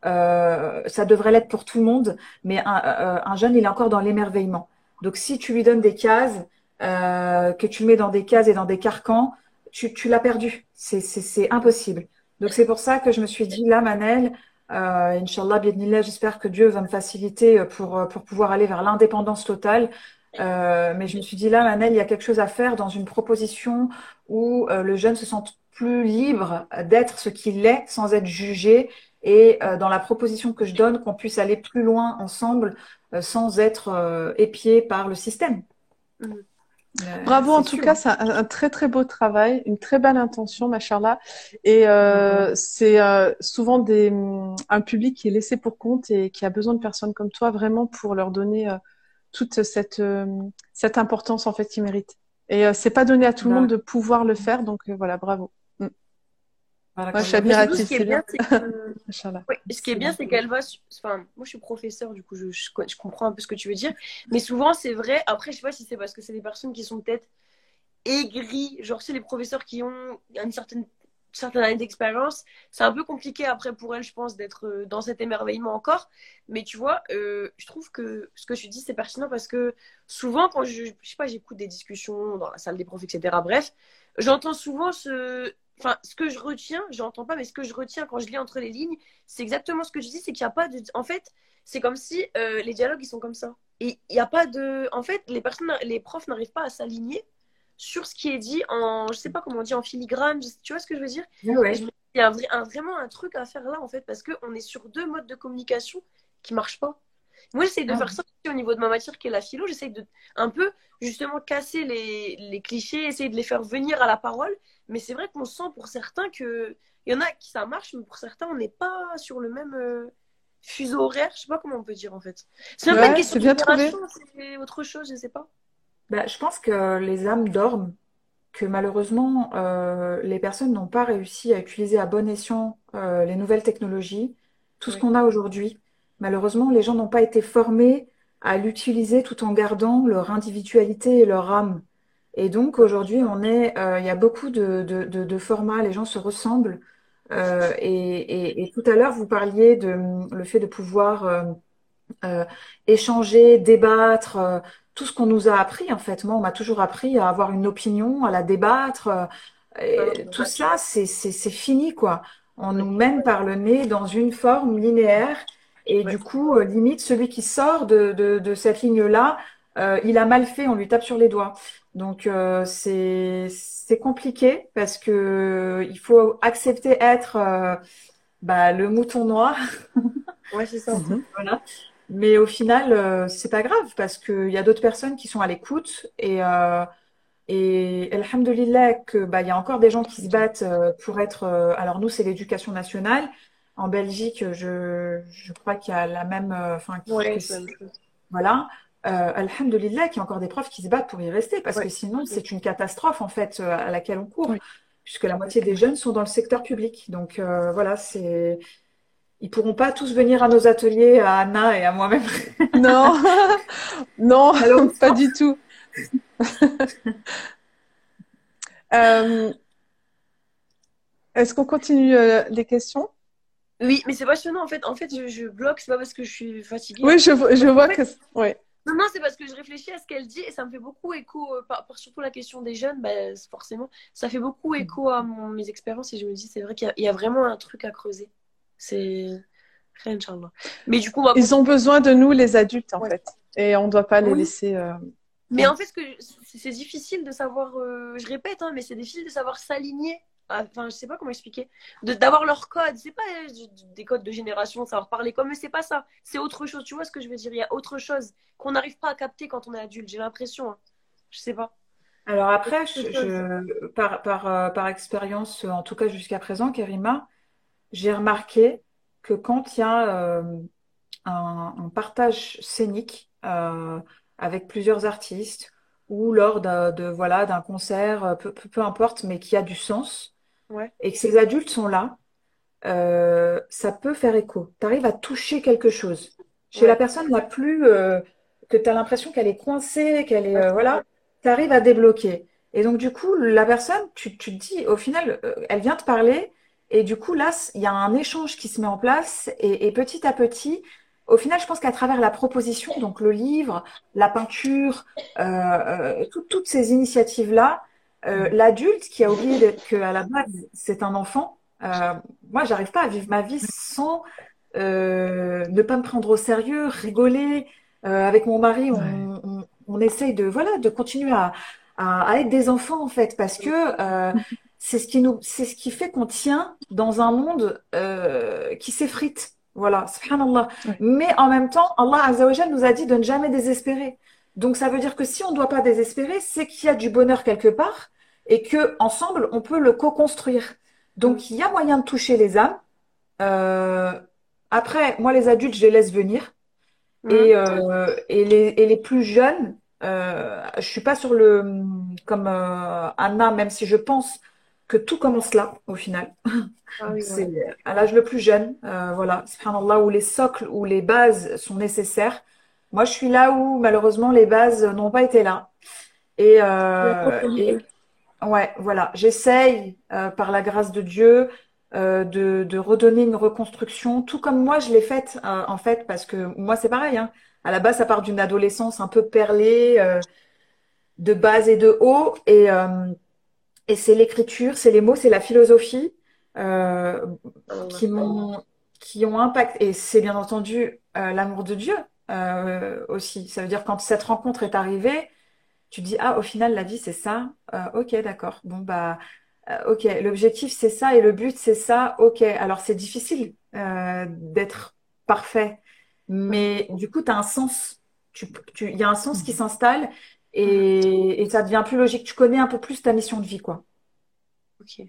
euh, ça devrait l'être pour tout le monde, mais un, euh, un jeune, il est encore dans l'émerveillement. Donc si tu lui donnes des cases, euh, que tu le mets dans des cases et dans des carcans, tu, tu l'as perdu. C'est c'est- c'est impossible. Donc c'est pour ça que je me suis dit, là, Manel, euh, Inch'Allah, bi'idhnillah, j'espère que Dieu va me faciliter pour, pour pouvoir aller vers l'indépendance totale. Euh, mais je me suis dit là, Manel, il y a quelque chose à faire dans une proposition où euh, le jeune se sente plus libre d'être ce qu'il est sans être jugé, et euh, dans la proposition que je donne, qu'on puisse aller plus loin ensemble euh, sans être euh, épié par le système. Mhm. Euh, Bravo, c'est en tout sûr, cas, hein. c'est un, un très très beau travail, une très belle intention, machallah. Et euh, c'est euh, souvent des, hum, un public qui est laissé pour compte et qui a besoin de personnes comme toi vraiment pour leur donner euh, toute cette, euh, cette importance en fait qu'ils méritent. Et euh, c'est pas donné à tout le monde Bah, de pouvoir le faire, donc euh, voilà, bravo. Mm. Moi, je suis barakallah Mais fik. surtout, ce admirative, qui est c'est bien, bien. c'est que. Machallah. Oui, ce qui est Merci bien, c'est beaucoup. qu'elle va. su- Enfin, moi, je suis professeure, du coup, je, je, je comprends un peu ce que tu veux dire. Mais souvent, c'est vrai. Après, je sais pas si c'est parce que c'est des personnes qui sont peut-être aigries. Genre, c'est les professeurs qui ont une certaine, certaine année d'expérience. C'est un peu compliqué après pour elles, je pense, d'être euh, dans cet émerveillement encore. Mais tu vois, euh, je trouve que ce que tu dis, c'est pertinent parce que souvent, quand je, je sais pas, j'écoute des discussions dans la salle des profs, et cetera. Bref, j'entends souvent ce. Enfin, ce que je retiens, j'entends pas, mais ce que je retiens quand je lis entre les lignes, c'est exactement ce que je dis, c'est qu'il n'y a pas de. En fait, c'est comme si euh, les dialogues, ils sont comme ça. Et il n'y a pas de. En fait, les personnes, les profs n'arrivent pas à s'aligner sur ce qui est dit en, je sais pas comment on dit, en filigrane, je- tu vois ce que je veux dire? Ouais, Et je ouais. me dis, il y a un vrai- un- vraiment un truc à faire là, en fait, parce qu'on est sur deux modes de communication qui marchent pas. Moi, j'essaye de Ah, faire ça aussi au niveau de ma matière qui est la philo. J'essaye de un peu, justement, casser les, les clichés, essayer de les faire venir à la parole. Mais c'est vrai qu'on sent pour certains que. Il y en a qui ça marche, mais pour certains, on n'est pas sur le même euh, fuseau horaire. Je sais pas comment on peut dire, en fait. C'est même pas une Ouais, question c'est de bien trouvé. génération, c'est autre chose, je sais pas. bah, je pense que les âmes dorment que malheureusement, euh, les personnes n'ont pas réussi à utiliser à bon escient euh, les nouvelles technologies, tout ce Oui. qu'on a aujourd'hui. Malheureusement, les gens n'ont pas été formés à l'utiliser tout en gardant leur individualité et leur âme. Et donc aujourd'hui, on est, euh, il y a beaucoup de, de, de, de formats, les gens se ressemblent. Euh, et, et, et tout à l'heure, vous parliez de le fait de pouvoir euh, euh, échanger, débattre, euh, tout ce qu'on nous a appris en fait. Moi, on m'a toujours appris à avoir une opinion, à la débattre. euh, Ah non, et non. tout ça, c'est c'est c'est fini quoi. On Oui. nous mène par le nez dans une forme linéaire et Ouais. du coup, euh, limite, celui qui sort de de, de cette ligne-là, euh, il a mal fait, on lui tape sur les doigts. Donc euh, c'est c'est compliqué parce que il faut accepter être euh, bah, le mouton noir. Ouais, c'est ça. Mhm. Voilà. Mais au final, euh, c'est pas grave parce qu'il y a d'autres personnes qui sont à l'écoute et, euh, et alhamdoulilah que bah, il y a encore des gens qui se battent euh, pour être. euh, alors nous, c'est l'éducation nationale. En Belgique, je, je crois qu'il y a la même. euh, Enfin, qui- Ouais, que c'est la c'est- même chose. voilà. Euh, alhamdoulilah qu'il y a encore des profs qui se battent pour y rester parce que Ouais. sinon, Oui. c'est une catastrophe en fait euh, à laquelle on court Oui. puisque la moitié des jeunes sont dans le secteur public. Donc euh, voilà, c'est. Ils pourront pas tous venir à nos ateliers, à Anna et à moi-même. Non, non, pas Malheureusement. du tout. Euh, est-ce qu'on continue euh, les questions? Oui, mais c'est passionnant en fait. En fait, je, je bloque, c'est pas parce que je suis fatiguée, hein. Oui, je, vo- je Parce qu'en vois fait, que... Ouais. non, non, c'est parce que je réfléchis à ce qu'elle dit et ça me fait beaucoup écho, euh, par, par surtout la question des jeunes, bah, c'est forcément, ça fait beaucoup écho à mon- mes expériences et je me dis, c'est vrai qu'il y, a il y a vraiment un truc à creuser. C'est rien, Inch'Allah. Mais du coup, on va Ils ont continuer. besoin de nous, les adultes, en Ouais. fait. Et on ne doit pas les Oui, laisser... euh, mais mm. en fait, ce que c'est c'est difficile de savoir, euh, je répète, hein, mais c'est difficile de savoir s'aligner. à- Enfin, je sais pas comment expliquer. De, d'avoir leur code. C'est pas euh, des codes de génération, savoir parler comme eux, c'est pas ça. C'est autre chose. Tu vois ce que je veux dire? Il y a autre chose qu'on n'arrive pas à capter quand on est adulte. J'ai l'impression, hein. Je sais pas. Alors après, Autre je, chose. je- par, par, euh, par expérience, en tout cas jusqu'à présent, Karima, j'ai remarqué que quand il y a euh, un, un partage scénique euh, avec plusieurs artistes ou lors d'un de, voilà, d'un concert, euh, peu, peu, peu importe, mais qui a du sens, Ouais. et que ces adultes sont là, euh, ça peut faire écho. Tu arrives à toucher quelque chose. Chez la Ouais. personne la plus euh, que tu as l'impression qu'elle est coincée, qu'elle est Ouais, euh, c'est voilà, ça. tu arrives à débloquer. Et donc du coup, la personne, tu, tu te dis, au final, euh, elle vient te parler, et du coup là, il y a un échange qui se met en place, et, et petit à petit, au final, je pense qu'à travers la proposition, donc le livre, la peinture, euh, euh, tout- toutes ces initiatives-là, euh, l'adulte qui a oublié d'être- qu'à la base, c'est un enfant. euh, Moi, j'arrive pas à vivre ma vie sans euh, ne pas me prendre au sérieux, rigoler. Euh, avec mon mari, Ouais. on, on, on essaye de voilà de continuer à, à, à être des enfants en fait, parce que euh, c'est ce qui nous, c'est ce qui fait qu'on tient dans un monde euh, qui s'effrite. Voilà, subhanallah. Ouais. Mais en même temps, Allah Azza wa Jal nous a dit de ne jamais désespérer. Donc ça veut dire que si on ne doit pas désespérer, c'est qu'il y a du bonheur quelque part et que ensemble on peut le co-construire. Mm. Donc il y a moyen de toucher les âmes. Euh, Après, moi, les adultes, je les laisse venir. Mm. Et, euh, et, les, et les plus jeunes, euh, je suis pas sur le comme euh, Anna, même si je pense que tout commence là, au final. Ah oui, ouais. C'est à l'âge le plus jeune, euh, voilà, subhanallah, où les socles, où les bases sont nécessaires. Moi, je suis là où, malheureusement, les bases n'ont pas été là. Et, Il y a euh, trop de- et ouais, voilà, j'essaye, euh, par la grâce de Dieu, euh, de, de redonner une reconstruction, tout comme moi je l'ai faite, euh, en fait, parce que moi c'est pareil, hein. À la base, ça part d'une adolescence un peu perlée, euh, de bas et de haut, et, euh, et c'est l'écriture, c'est les mots, c'est la philosophie euh, Allah. qui m'ont, qui ont impacté. Et c'est bien entendu euh, l'amour de Dieu euh, aussi. Ça veut dire quand cette rencontre est arrivée, tu dis, ah, au final, la vie, c'est ça. Euh, ok, d'accord. Bon, bah, euh, ok, l'objectif, c'est ça et le but, c'est ça. Ok, alors c'est difficile euh, d'être parfait, Mm. mais du coup, tu as un sens. Tu, tu, il y a un sens qui Mhm. s'installe Mhm. et, et ça devient plus logique. Tu connais un peu plus ta mission de vie, quoi. Ok.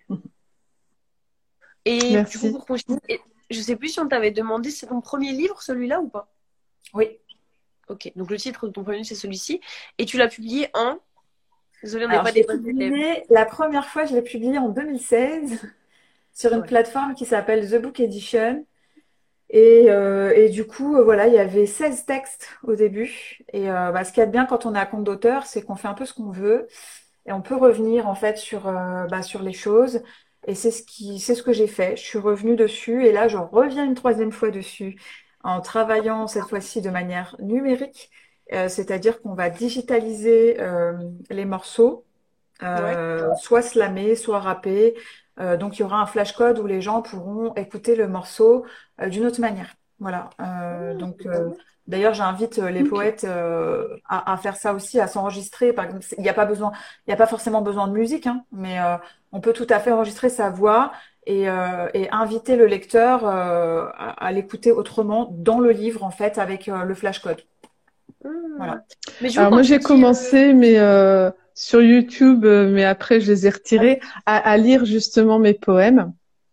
Et du coup, Merci. pour continuer, et- je sais plus si on t'avait demandé, c'est ton premier livre, celui-là, ou pas? Oui. Ok. Donc le titre de ton premier livre, c'est celui-ci. Et tu l'as publié en... Désolée, on n'est Alors, pas je des l'ai bonnes élèves. publié, la première fois, je l'ai publié en deux mille seize sur une Ouais. plateforme qui s'appelle The Book Edition. Et, euh, et du coup, euh, voilà, il y avait seize textes au début. Et euh, bah, ce qu'il y a de bien quand on est à compte d'auteur, c'est qu'on fait un peu ce qu'on veut et on peut revenir en fait sur, euh, bah, sur les choses. Et c'est ce qui, c'est ce que j'ai fait. Je suis revenue dessus et là, je reviens une troisième fois dessus en travaillant cette fois-ci de manière numérique. Euh, c'est-à-dire qu'on va digitaliser euh, les morceaux Ouais. euh, soit slammer, soit rapper. Euh, donc il y aura un flash code où les gens pourront écouter le morceau euh, d'une autre manière. Voilà. Euh, donc euh, d'ailleurs j'invite euh, les Ok. poètes euh, à, à faire ça aussi, à s'enregistrer. Par exemple, il n'y a pas besoin, il n'y a pas forcément besoin de musique, hein, mais euh, on peut tout à fait enregistrer sa voix et, euh, et inviter le lecteur euh, à, à l'écouter autrement dans le livre en fait avec euh, le flash code. Hmm. Voilà. Mais du coup, Alors quand moi tu j'ai dis euh, commencé, mais euh, sur YouTube, euh, mais après je les ai Ah oui. retirés, à, à lire justement mes poèmes.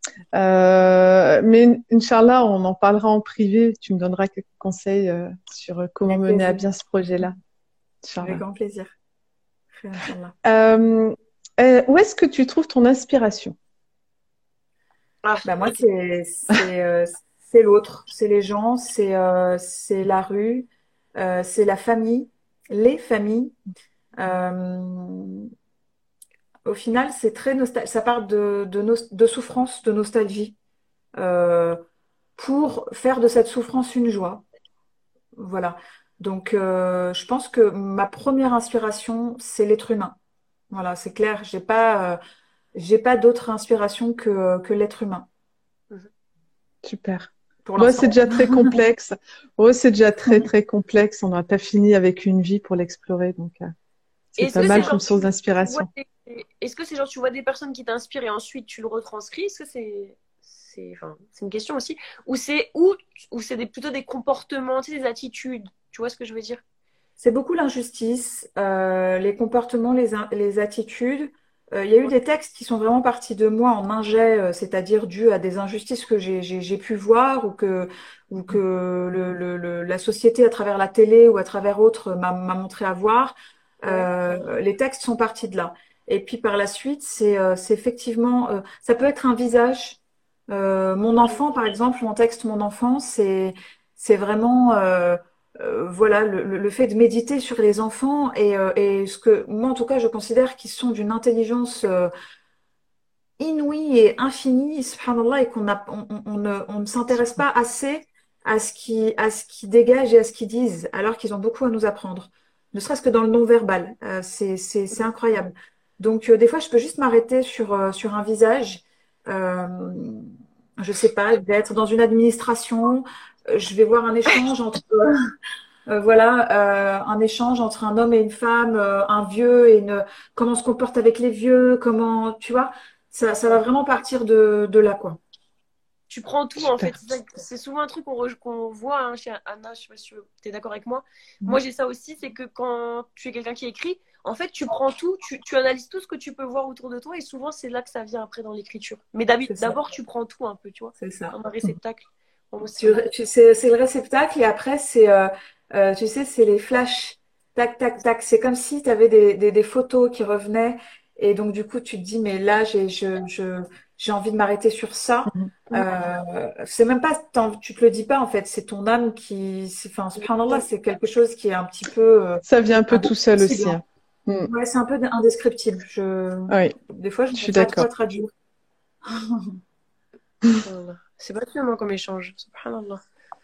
Euh, mais Inch'Allah, on en parlera en privé. Tu me donneras quelques conseils euh, sur euh, comment Avec mener à plaisir. bien ce projet-là. Avec Inch'Allah. grand plaisir. Inch'Allah. Euh, euh, où est-ce que tu trouves ton inspiration? ah, Bah moi, c'est c'est euh, c'est l'autre, c'est les gens, c'est euh, c'est la rue, euh, c'est la famille, les familles. Euh, Au final, c'est très nostal ça part de de, nos- de souffrance, de nostalgie, euh, pour faire de cette souffrance une joie. Voilà. Donc, euh, je pense que ma première inspiration, c'est l'être humain. Voilà, c'est clair. J'ai pas euh, j'ai pas d'autre inspiration que que l'être humain Super. pour Moi, c'est l'instant. déjà très complexe. Ouais, c'est déjà très très complexe. On n'aura pas fini avec une vie pour l'explorer, donc euh, c'est est-ce pas que mal c'est comme genre source tu, tu vois d'inspiration. des... est-ce que c'est genre tu vois des personnes qui t'inspirent et ensuite tu le retranscris? Est-ce que c'est c'est enfin, c'est une question aussi ou c'est ou ou c'est des, plutôt des comportements, tu sais, des attitudes, tu vois ce que je veux dire? C'est beaucoup l'injustice, euh, les comportements, les, in- les attitudes. Euh, il y a eu Ouais. des textes qui sont vraiment partis de moi en injet, euh, c'est-à-dire dû à des injustices que j'ai j'ai- j'ai pu voir ou que, ou que le, le- le- la société à travers la télé ou à travers autres m'a m'a montré à voir. Ouais. Euh, les textes sont partis de là. Et puis par la suite, c'est euh, c'est effectivement, euh, ça peut être un visage. Euh, mon Ok. enfant, par exemple, mon texte, mon enfant, c'est c'est vraiment euh, euh, voilà, le, le- le fait de méditer sur les enfants et, euh, et ce que moi, en tout cas, je considère qu'ils sont d'une intelligence euh, inouïe et infinie, subhanallah, et qu'on a, on, on- on ne, on ne s'intéresse pas assez à ce qui, à ce qui dégagent et à ce qu'ils disent, alors qu'ils ont beaucoup à nous apprendre. Ne serait-ce que dans le non-verbal, Euh, c'est, c'est, c'est incroyable. Donc, euh, des fois, je peux juste m'arrêter sur, euh, sur un visage. Euh, je sais pas, je vais être dans une administration, euh, je vais voir un échange entre euh, voilà, euh, un échange entre un homme et une femme, euh, un vieux et une, comment on se comporte avec les vieux, comment, tu vois, ça, ça va vraiment partir de, de là, quoi. Tu prends tout en fait. Super. C'est ça- c'est souvent un truc qu'on re- qu'on voit hein, chez Anna. Je sais pas si tu es d'accord avec moi. Moi, Mhm. j'ai ça aussi. C'est que quand tu es quelqu'un qui écrit, en fait, tu prends tout, tu, tu analyses tout ce que tu peux voir autour de toi et souvent, c'est là que ça vient après dans l'écriture. Mais d'habi- C'est ça, d'abord, tu prends tout un peu, tu vois, c'est ça. comme un réceptacle. Bon, moi, c'est Tu, ça. tu sais, c'est le réceptacle et après, c'est, euh, euh, tu sais, c'est les flashs. Tac, tac, tac. C'est comme si tu avais des, des, des photos qui revenaient. Et donc, du coup, tu te dis, mais là, j'ai, je, je, j'ai envie de m'arrêter sur ça. Mhm. Euh, c'est même pas, t'en- tu te le dis pas, en fait. C'est ton âme qui, c'est- enfin, subhanallah, c'est quelque chose qui est un petit peu, euh, Ça vient un peu tout seul indescriptible, aussi, hein. hein. Mm. Ouais, c'est un peu indescriptible. Je, Oui, des fois, je je ne sais suis pas trop d'accord. à traduire. Subhanallah. C'est passionnant comme échange. Subhanallah.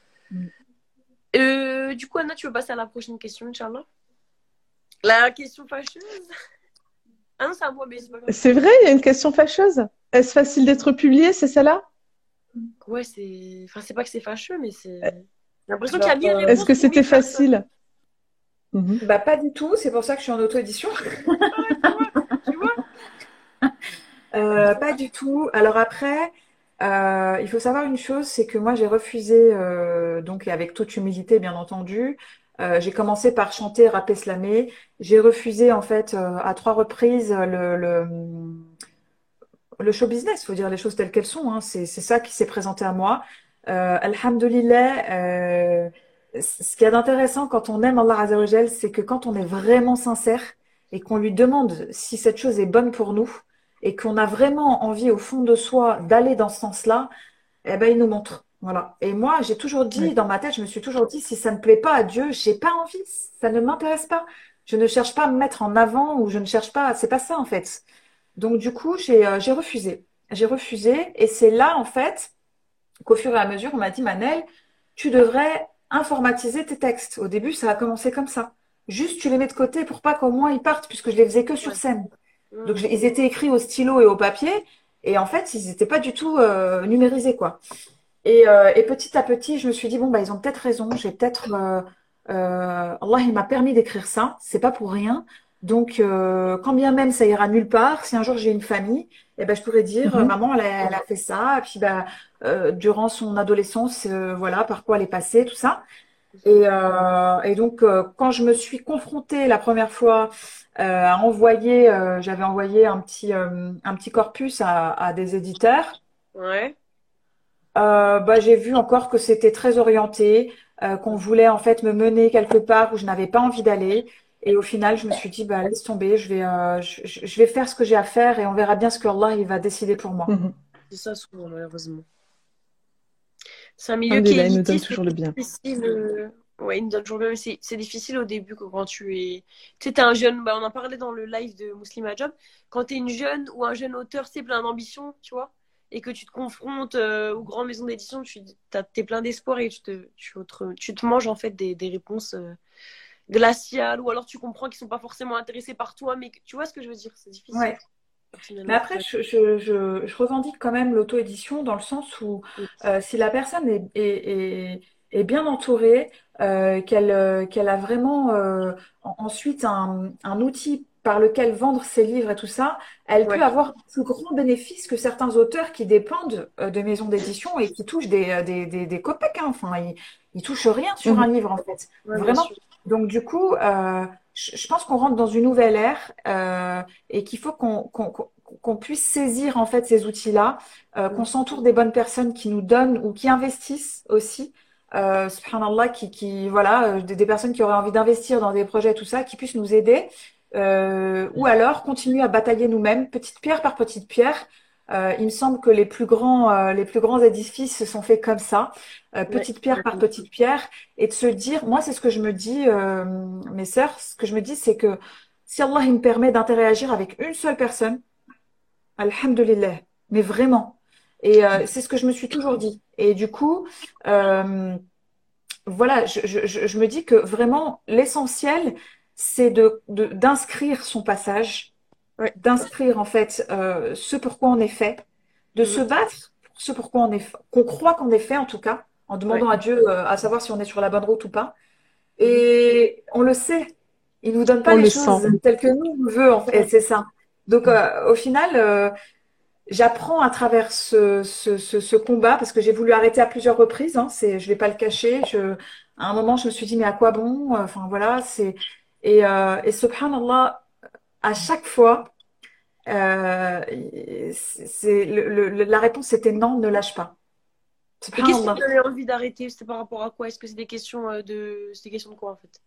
Euh, du coup, Anna, tu veux passer à la prochaine question, Inch'Allah? La question fâcheuse? Ah non, c'est à moi, mais c'est pas grave. C'est vrai, il y a une question fâcheuse. Est-ce facile d'être publié, c'est celle-là? Ouais, c'est. Enfin, c'est pas que c'est fâcheux, mais c'est. J'ai l'impression qu'il y a Alors, mille euh, Est-ce réponses que pour c'était mille personnes. facile? Mhm. bah, pas du tout. C'est pour ça que je suis en auto-édition. Ouais, tu vois, tu vois. Euh, pas du tout. Alors après, euh, il faut savoir une chose, c'est que moi j'ai refusé, euh, donc et avec toute humilité bien entendu, euh, j'ai commencé par chanter, rapper, slammer. J'ai refusé en fait euh, à trois reprises le, le, le show business. Il faut dire les choses telles qu'elles sont, hein. C'est, c'est ça qui s'est présenté à moi. Euh, Alhamdulillah, euh, ce qu'il y a d'intéressant quand on aime Allah Azza wa Jal, c'est que quand on est vraiment sincère, et qu'on lui demande si cette chose est bonne pour nous et qu'on a vraiment envie au fond de soi d'aller dans ce sens-là, eh ben, il nous montre. Voilà. Et moi, j'ai toujours dit, Ouais. dans ma tête, je me suis toujours dit, si ça ne plaît pas à Dieu, j'ai pas envie, ça ne m'intéresse pas. Je ne cherche pas à me mettre en avant ou je ne cherche pas, c'est pas ça en fait. Donc du coup, j'ai euh, j'ai refusé. J'ai refusé et c'est là en fait qu'au fur et à mesure, on m'a dit, Manel, tu devrais informatiser tes textes. Au début, ça a commencé comme ça. Juste, tu les mets de côté pour pas qu'au moins ils partent, puisque je les faisais que sur Ouais. scène. Donc, Mm. je- ils étaient écrits au stylo et au papier, et en fait, ils n'étaient pas du tout euh, numérisés, quoi. Et, euh, et petit à petit, je me suis dit, bon, bah, ils ont peut-être raison, j'ai peut-être. Euh, euh, Allah, il m'a permis d'écrire ça, c'est pas pour rien. Donc, euh, quand bien même ça ira nulle part, si un jour j'ai une famille, eh ben, je pourrais dire, euh, Mhm. maman, elle a, elle a fait ça, et puis bah, euh, durant son adolescence, euh, voilà, par quoi elle est passée, tout ça. Et, euh, et donc, euh, quand je me suis confrontée la première fois euh, à envoyer, euh, j'avais envoyé un petit, euh, un petit corpus à, à des éditeurs. Ouais. Euh, bah, j'ai vu encore que c'était très orienté, euh, qu'on voulait en fait me mener quelque part où je n'avais pas envie d'aller. Et au final, je me suis dit, bah, laisse tomber, je vais, euh, je, je- je vais faire ce que j'ai à faire et on verra bien ce que Allah il va décider pour moi. Mhm. C'est ça souvent, malheureusement. C'est un milieu qui est Alhamdulillah, il nous donne élitiste, toujours le bien. c'est difficile. euh, Ouais, il nous donne toujours le même. C'est c'est difficile au début que quand tu es. Tu sais, t'es un jeune. Bah, on en parlait dans le live de Muslima Job. Quand tu es une jeune ou un jeune auteur, c'est plein d'ambition, tu vois, et que tu te confrontes euh, aux grandes maisons d'édition, tu t'as- t'es plein d'espoir et tu te, tu, autre- tu te manges en fait des, des réponses euh, glaciales, ou alors tu comprends qu'ils sont pas forcément intéressés par toi, mais que- tu vois ce que je veux dire, c'est difficile, Ouais. Mais personnellement. après, je, je, je, je revendique quand même l'auto-édition dans le sens où euh, si la personne est, est, est, est bien entourée, euh, qu'elle euh, qu'elle a vraiment euh, en- ensuite un, un outil par lequel vendre ses livres et tout ça, elle peut Ouais, avoir un plus grand bénéfice que certains auteurs qui dépendent euh, de maisons d'édition et qui touchent des, euh, des, des, des copecs, hein. Enfin, ils, ils touchent rien sur un Mhm. livre en fait, ouais, bien vraiment. sûr. Donc du coup, euh, je, je pense qu'on rentre dans une nouvelle ère euh, et qu'il faut qu'on qu'on, qu'on qu'on puisse saisir en fait ces outils-là, euh, qu'on s'entoure des bonnes personnes qui nous donnent ou qui investissent aussi, euh, subhanallah, qui, qui voilà, euh, des, des personnes qui auraient envie d'investir dans des projets, tout ça, qui puissent nous aider, euh, ou alors continuer à batailler nous-mêmes, petite pierre par petite pierre. Euh, il me semble que les plus grands, euh, les plus grands édifices se sont faits comme ça, euh, Ouais. petite pierre par petite pierre, et de se dire, moi c'est ce que je me dis, euh, mes sœurs, ce que je me dis, c'est que si Allah il me permet d'interagir avec une seule personne, Alhamdulillah, mais vraiment. Et euh, c'est ce que je me suis toujours dit. Et du coup, euh, voilà, je, je, je je me dis que vraiment l'essentiel, c'est de, de- d'inscrire son passage, Ouais. d'inscrire en fait euh, ce pourquoi on est fait, de se Mhm. battre pour ce pourquoi on est, qu'on croit qu'on est fait en tout cas, en Ouais. demandant à Dieu euh, à savoir si on est sur la bonne route ou pas. Mhm. Et on le sait, il nous donne pas On les le sent. choses telles que nous on veut en fait, c'est ça. Donc euh, au final. euh, J'apprends à travers ce, ce, ce, ce combat parce que j'ai voulu arrêter à plusieurs reprises. Hein, c'est, je vais pas le cacher. Je, à un moment, je me suis dit mais à quoi bon? Enfin voilà, c'est et, euh, et subhanallah, à chaque fois, euh, c'est c'est- le, le- la réponse c'était non, ne lâche pas. Et qu'est-ce qui te Subhanallah. donnait envie d'arrêter? C'était par rapport à quoi? Est-ce que c'est des questions euh, de... C'est des questions de quoi en fait?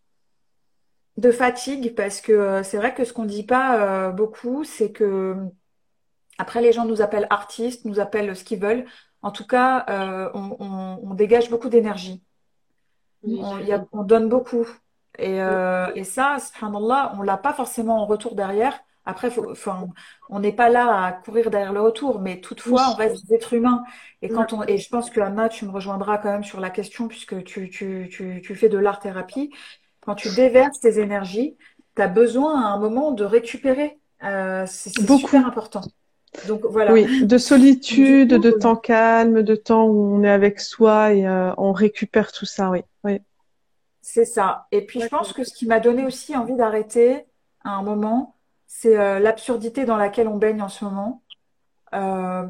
De fatigue parce que euh, c'est vrai que ce qu'on dit pas euh, beaucoup, c'est que après les gens nous appellent artistes, nous appellent ce qu'ils veulent. En tout cas, euh, on, on on dégage beaucoup d'énergie. Oui. On, il y a- on donne beaucoup. Et, euh, et ça, subhanallah, on l'a pas forcément en retour derrière. Après, faut, enfin, on n'est pas là à courir derrière le retour, mais Oui. toutefois, on reste des êtres humains. Et Mm. quand on, et je pense que Anna, tu me rejoindras quand même sur la question, puisque tu, tu, tu, tu fais de l'art-thérapie. Quand tu déverses tes énergies, tu as besoin à un moment de récupérer. Euh, c'est c'est super Beaucoup. important. Donc voilà. Oui, de Donc, du solitude, coup, de euh, temps calme, de temps où on est avec soi et euh, on récupère tout ça, oui. Oui. c'est ça. Et puis je pense D'accord. que ce qui m'a donné aussi envie d'arrêter à un moment, c'est euh, l'absurdité dans laquelle on baigne en ce moment. Euh,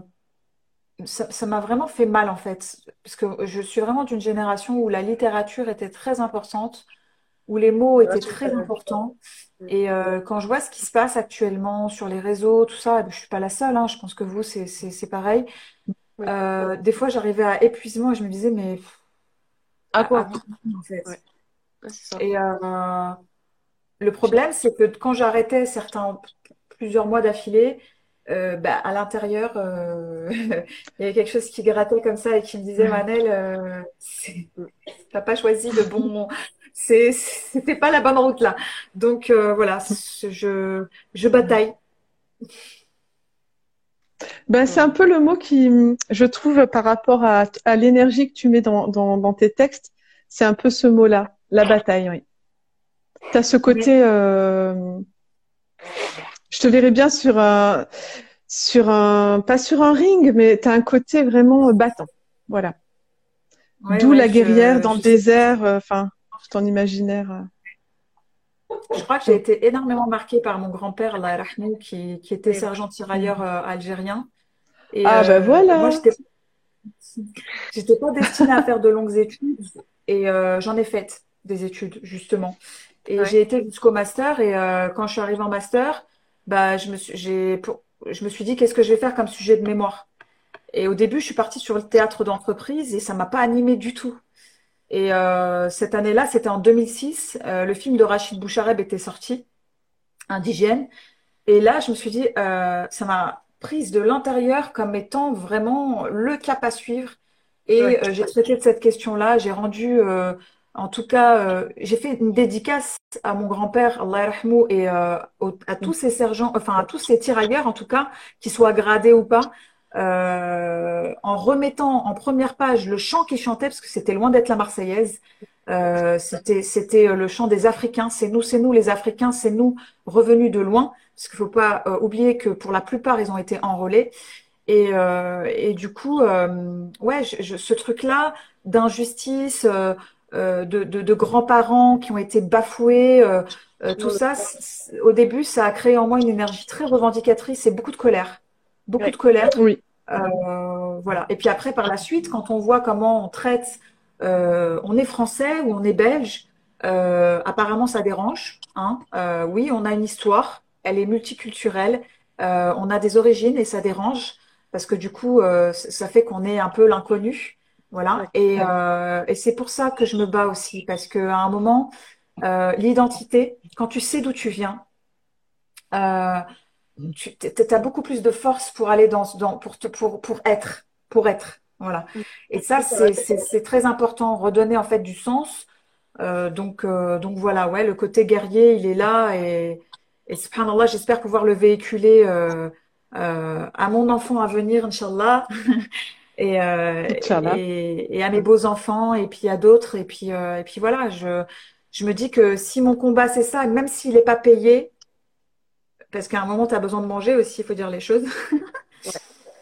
ça, ça m'a vraiment fait mal en fait, parce que je suis vraiment d'une génération où la littérature était très importante, où les mots Ah, étaient tu très vois. importants. Mm. Et euh, quand je vois ce qui se passe actuellement sur les réseaux, tout ça, je suis pas la seule, hein, je pense que vous, c'est c'est c'est pareil. Oui. Euh, des fois, j'arrivais à épuisement et je me disais, mais pff, À à, quoi à bon? quoi en fait? Ouais. Ah, c'est ça. Et, euh, le problème, c'est que quand j'arrêtais certains, plusieurs mois d'affilée, euh, bah, à l'intérieur, euh, il y avait quelque chose qui grattait comme ça et qui me disait, Manel, euh, c'est- t'as pas choisi le bon, c'est, c'était pas la bonne route là. Donc euh, voilà, je, je bataille. Ben, c'est un peu le mot qui, je trouve, par rapport à, à l'énergie que tu mets dans, dans, dans tes textes, c'est un peu ce mot-là, la bataille, oui. Tu as ce Oui, côté, euh, je te verrais bien sur un, sur un, pas sur un ring, mais tu as un côté vraiment battant. Voilà. ouais, D'où ouais, la guerrière je, dans le je sais. désert, euh, enfin, ton imaginaire. euh. Je crois que j'ai Mm. été énormément marquée par mon grand-père, Allah yarhamou, qui, qui était C'est vrai. sergent tirailleur euh, algérien. Et Ah, ben euh, moi, voilà. j'étais, j'étais pas destinée à faire de longues études. Et euh, j'en ai fait des études, justement. Et Ouais. j'ai été jusqu'au master. Et euh, quand je suis arrivée en master, bah, je me suis, j'ai, pour- je me suis dit, qu'est-ce que je vais faire comme sujet de mémoire? Et au début, je suis partie sur le théâtre d'entreprise et ça m'a pas animée du tout. Et euh, cette année-là, c'était en deux mille six, euh, le film de Rachid Bouchareb était sorti, Indigène. Et là, je me suis dit, euh, ça m'a prise de l'intérieur comme étant vraiment le cap à suivre. Ouais. Et euh, j'ai traité de cette question-là. J'ai rendu, euh, en tout cas, euh, j'ai fait une dédicace à mon grand-père, Allah yarhamou, et euh, au- à tous ces sergents, enfin à tous ces tirailleurs, en tout cas, qu'ils soient gradés ou pas, euh, en remettant en première page le chant qu'ils chantaient, parce que c'était loin d'être la Marseillaise. Euh, c'était, c'était le chant des Africains. C'est nous, c'est nous les Africains, c'est nous revenus de loin. Parce qu'il faut pas euh, oublier que pour la plupart, ils ont été enrôlés. Et, euh, et du coup, euh, ouais, je, je- ce truc-là d'injustice, euh, euh, de, de, de grands-parents qui ont été bafoués, euh, euh, tout Ouais. ça, c- c- au début, ça a créé en moi une énergie très revendicatrice et beaucoup de colère. Beaucoup de Ouais. colère. Oui. Euh, voilà. Et puis après, par la suite, quand on voit comment on traite, euh, on est français ou on est belge, euh, apparemment ça dérange. Hein. Euh, oui, on a une histoire, elle est multiculturelle, euh, on a des origines et ça dérange parce que du coup, euh, c- ça fait qu'on est un peu l'inconnu. Voilà. Ouais. Et, euh, et c'est pour ça que je me bats aussi parce qu'à un moment, euh, l'identité, quand tu sais d'où tu viens, euh, tu as beaucoup plus de force pour aller dans, dans pour, te, pour, pour être, pour être. Voilà. Et ça, Oui, c'est vrai. c'est c'est- c'est très important, redonner en fait du sens. Euh, donc, euh, donc voilà, ouais, le côté guerrier, il est là et, et subhanallah, j'espère pouvoir le véhiculer euh, euh, à mon enfant à venir, Inch'Allah, et, euh, Inch'Allah. et, et à mes beaux enfants, et puis à d'autres. Et puis, euh, et puis voilà, je, je me dis que si mon combat, c'est ça, même s'il n'est pas payé, parce qu'à un moment, tu as besoin de manger aussi, il faut dire les choses. Ouais.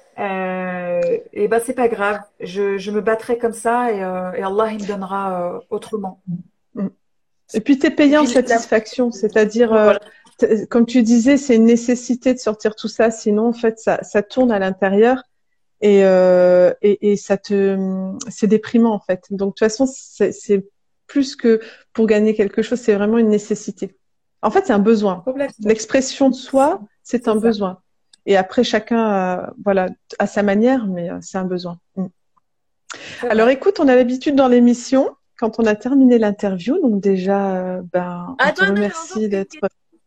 Euh, et ben c'est pas grave, je, je me battrai comme ça et, euh, et Allah il me donnera euh, autrement. Mm. Et puis, t'es Et payé en puis, la... satisfaction, c'est-à-dire, euh, voilà. t- comme tu disais, c'est une nécessité de sortir tout ça, sinon, en fait, ça, ça tourne à l'intérieur et, euh, et, et ça te, c'est déprimant, en fait. Donc, de toute façon, c'est, c'est plus que pour gagner quelque chose, c'est vraiment une nécessité. En fait, c'est un besoin. Complètement. L'expression de soi, c'est C'est un ça. besoin. Et après, chacun, euh, voilà, à sa manière, mais euh, c'est un besoin. Mm. C'est Alors, vrai. écoute, on a l'habitude dans l'émission, quand on a terminé l'interview, donc déjà, euh, ben, on te Attends, attends, j'ai encore remercie une d'être. question.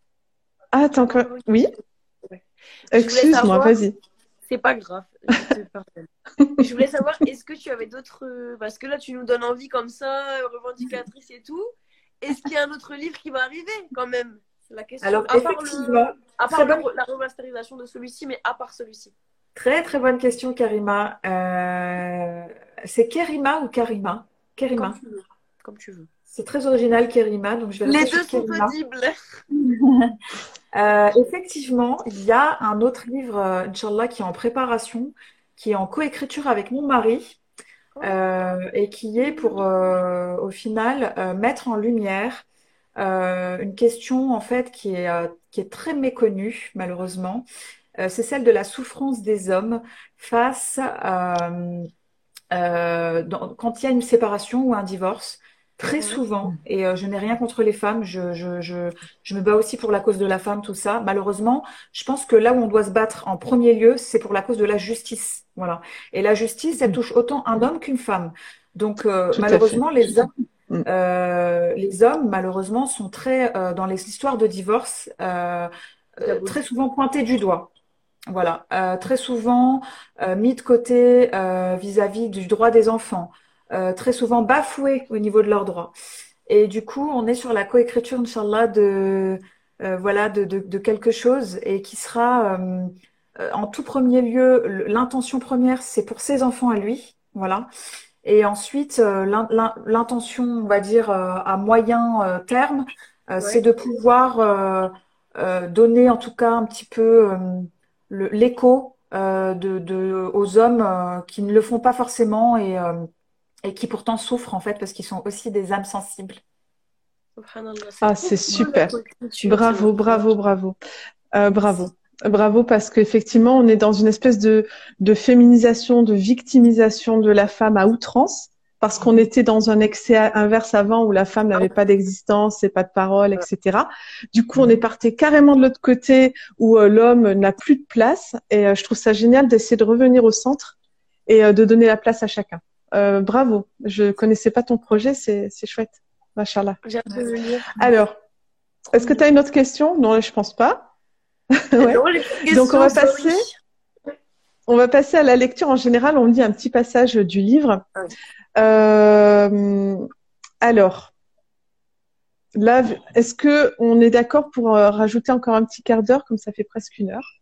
Ah, t'as J'avais encore. encore une Oui, question. Ouais. Je voulais excuse-moi, savoir, vas-y. c'est pas grave, je te pardonne. Je voulais savoir, est-ce que tu avais d'autres. euh, Parce que là, tu nous donnes envie comme ça, euh, revendicatrice et tout. Est-ce qu'il y a un autre livre qui va arriver quand même? C'est la question. Alors À part, le... effectivement, à part très le... bonne, la remasterisation de celui-ci, mais à part celui-ci. très très bonne question, Karima. Euh, c'est Kerima ou Karima? Comme Kerima. tu veux. Comme tu veux. C'est très original, Kerima, donc je vais Les rester deux sur sont Kerima. audibles. Euh, effectivement, il y a un autre livre, euh, Inch'Allah, qui est en préparation, qui est en coécriture avec mon mari, Oh. euh, et qui est pour, euh, au final, euh, mettre en lumière euh, une question, en fait, qui est, euh, qui est très méconnue, malheureusement. Euh, c'est celle de la souffrance des hommes face à, euh, dans- quand il y a une séparation ou un divorce. Très Ouais. souvent, et euh, je n'ai rien contre les femmes, je, je, je, je me bats aussi pour la cause de la femme, tout ça. Malheureusement, je pense que là où on doit se battre en premier lieu, c'est pour la cause de la justice. Voilà. Et la justice, elle touche autant un homme qu'une femme. Donc, euh, Tout à fait. malheureusement, les hommes, Mm. euh, les hommes, malheureusement, sont très, euh, dans les histoires de divorce, euh, euh, très souvent pointés du doigt. Voilà, euh, très souvent euh, mis de côté euh, vis-à-vis du droit des enfants, euh, très souvent bafoués au niveau de leurs droits. Et du coup, on est sur la coécriture, Inch'Allah, de, euh, voilà, de, de, de quelque chose et qui sera, euh, euh, en tout premier lieu, le- l'intention première, c'est pour ses enfants à lui, voilà. Et ensuite, euh, l'in- l'in- l'intention, on va dire, euh, à moyen euh, terme, euh, c'est Ouais. de pouvoir euh, euh, donner en tout cas un petit peu euh, le- l'écho euh, de, de, aux hommes euh, qui ne le font pas forcément et, euh, et qui pourtant souffrent en fait parce qu'ils sont aussi des âmes sensibles. Subhanallah, c'est Ah, trop c'est cool la super. coécriture, c'est Bravo, vraiment. bravo, bravo. Euh, bravo. Bravo parce qu'effectivement, on est dans une espèce de, de féminisation, de victimisation de la femme à outrance, parce qu'on était dans un excès inverse avant où la femme n'avait pas d'existence et pas de parole, et cetera. Du coup, on est parti carrément de l'autre côté où euh, l'homme n'a plus de place. Et euh, je trouve ça génial d'essayer de revenir au centre et euh, de donner la place à chacun. Euh, bravo. Je connaissais pas ton projet, c'est, c'est chouette. Machallah. J'ai hâte de le lire. Alors, Trop est-ce que tu as mignon. une autre question? Non, je pense pas. Ouais. Non, les petites Donc on questions, va sorry. passer, on va passer à la lecture. En général, on lit un petit passage du livre. Ouais. Euh, alors, là, est-ce que on est d'accord pour euh, rajouter encore un petit quart d'heure, comme ça fait presque une heure?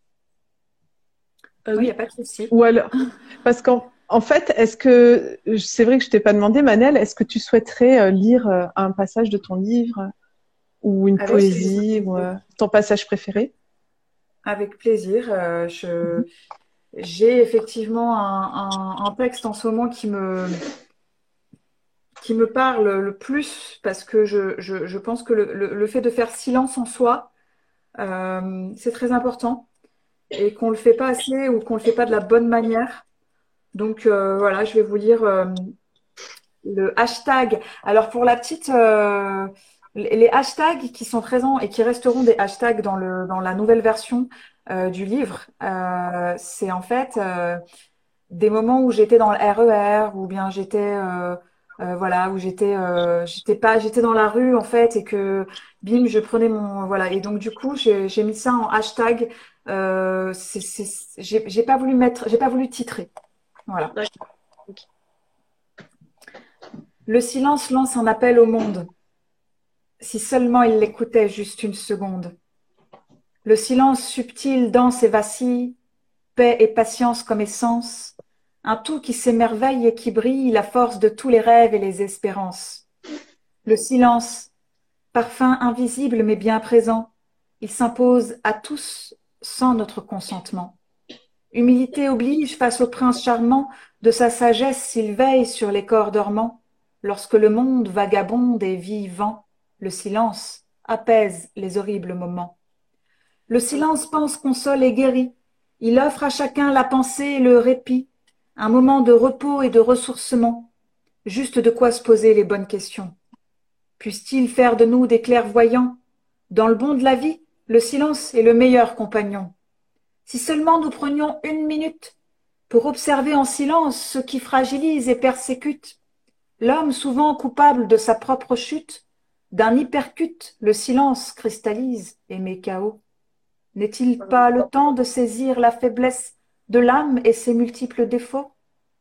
Euh, Oui, il n'y oui. a pas de souci. Ou alors, parce qu'en en fait, est-ce que c'est vrai que je t'ai pas demandé, Manel, est-ce que tu souhaiterais euh, lire euh, un passage de ton livre ou une Avec poésie plaisir. ou euh, ton passage préféré? Avec plaisir. Euh, je, Mhm. j'ai effectivement un, un, un texte en ce moment qui me, qui me parle le plus parce que je, je, je pense que le, le, le fait de faire silence en soi, euh, c'est très important et qu'on le fait pas assez ou qu'on le fait pas de la bonne manière. Donc euh, voilà, je vais vous lire euh, le hashtag. Alors pour la petite, euh, les les hashtags qui sont présents et qui resteront des hashtags dans le dans la nouvelle version euh, du livre, euh, c'est en fait euh, des moments où j'étais dans le R E R ou bien j'étais euh, euh, voilà où j'étais euh, j'étais pas j'étais dans la rue en fait et que bim je prenais mon voilà et donc du coup j'ai j'ai mis ça en hashtag. Euh, c'est c'est j'ai j'ai pas voulu mettre j'ai pas voulu titrer. Voilà. D'accord. Ok. Le silence lance un appel au monde. Si seulement il l'écoutait juste une seconde. Le silence subtil danse et vacille, paix et patience comme essence, un tout qui s'émerveille et qui brille, la force de tous les rêves et les espérances. Le silence, parfum invisible mais bien présent, il s'impose à tous sans notre consentement. Humilité oblige face au prince charmant, de sa sagesse s'il veille sur les corps dormants. Lorsque le monde vagabonde et vivant, le silence apaise les horribles moments. Le silence pense, console et guérit. Il offre à chacun la pensée et le répit, un moment de repos et de ressourcement, juste de quoi se poser les bonnes questions. Puisse-t-il faire de nous des clairvoyants? Dans le bon de la vie, le silence est le meilleur compagnon. Si seulement nous prenions une minute pour observer en silence ce qui fragilise et persécute, l'homme souvent coupable de sa propre chute, d'un hypercute, le silence cristallise et met K O. N'est-il pas le temps de saisir la faiblesse de l'âme et ses multiples défauts?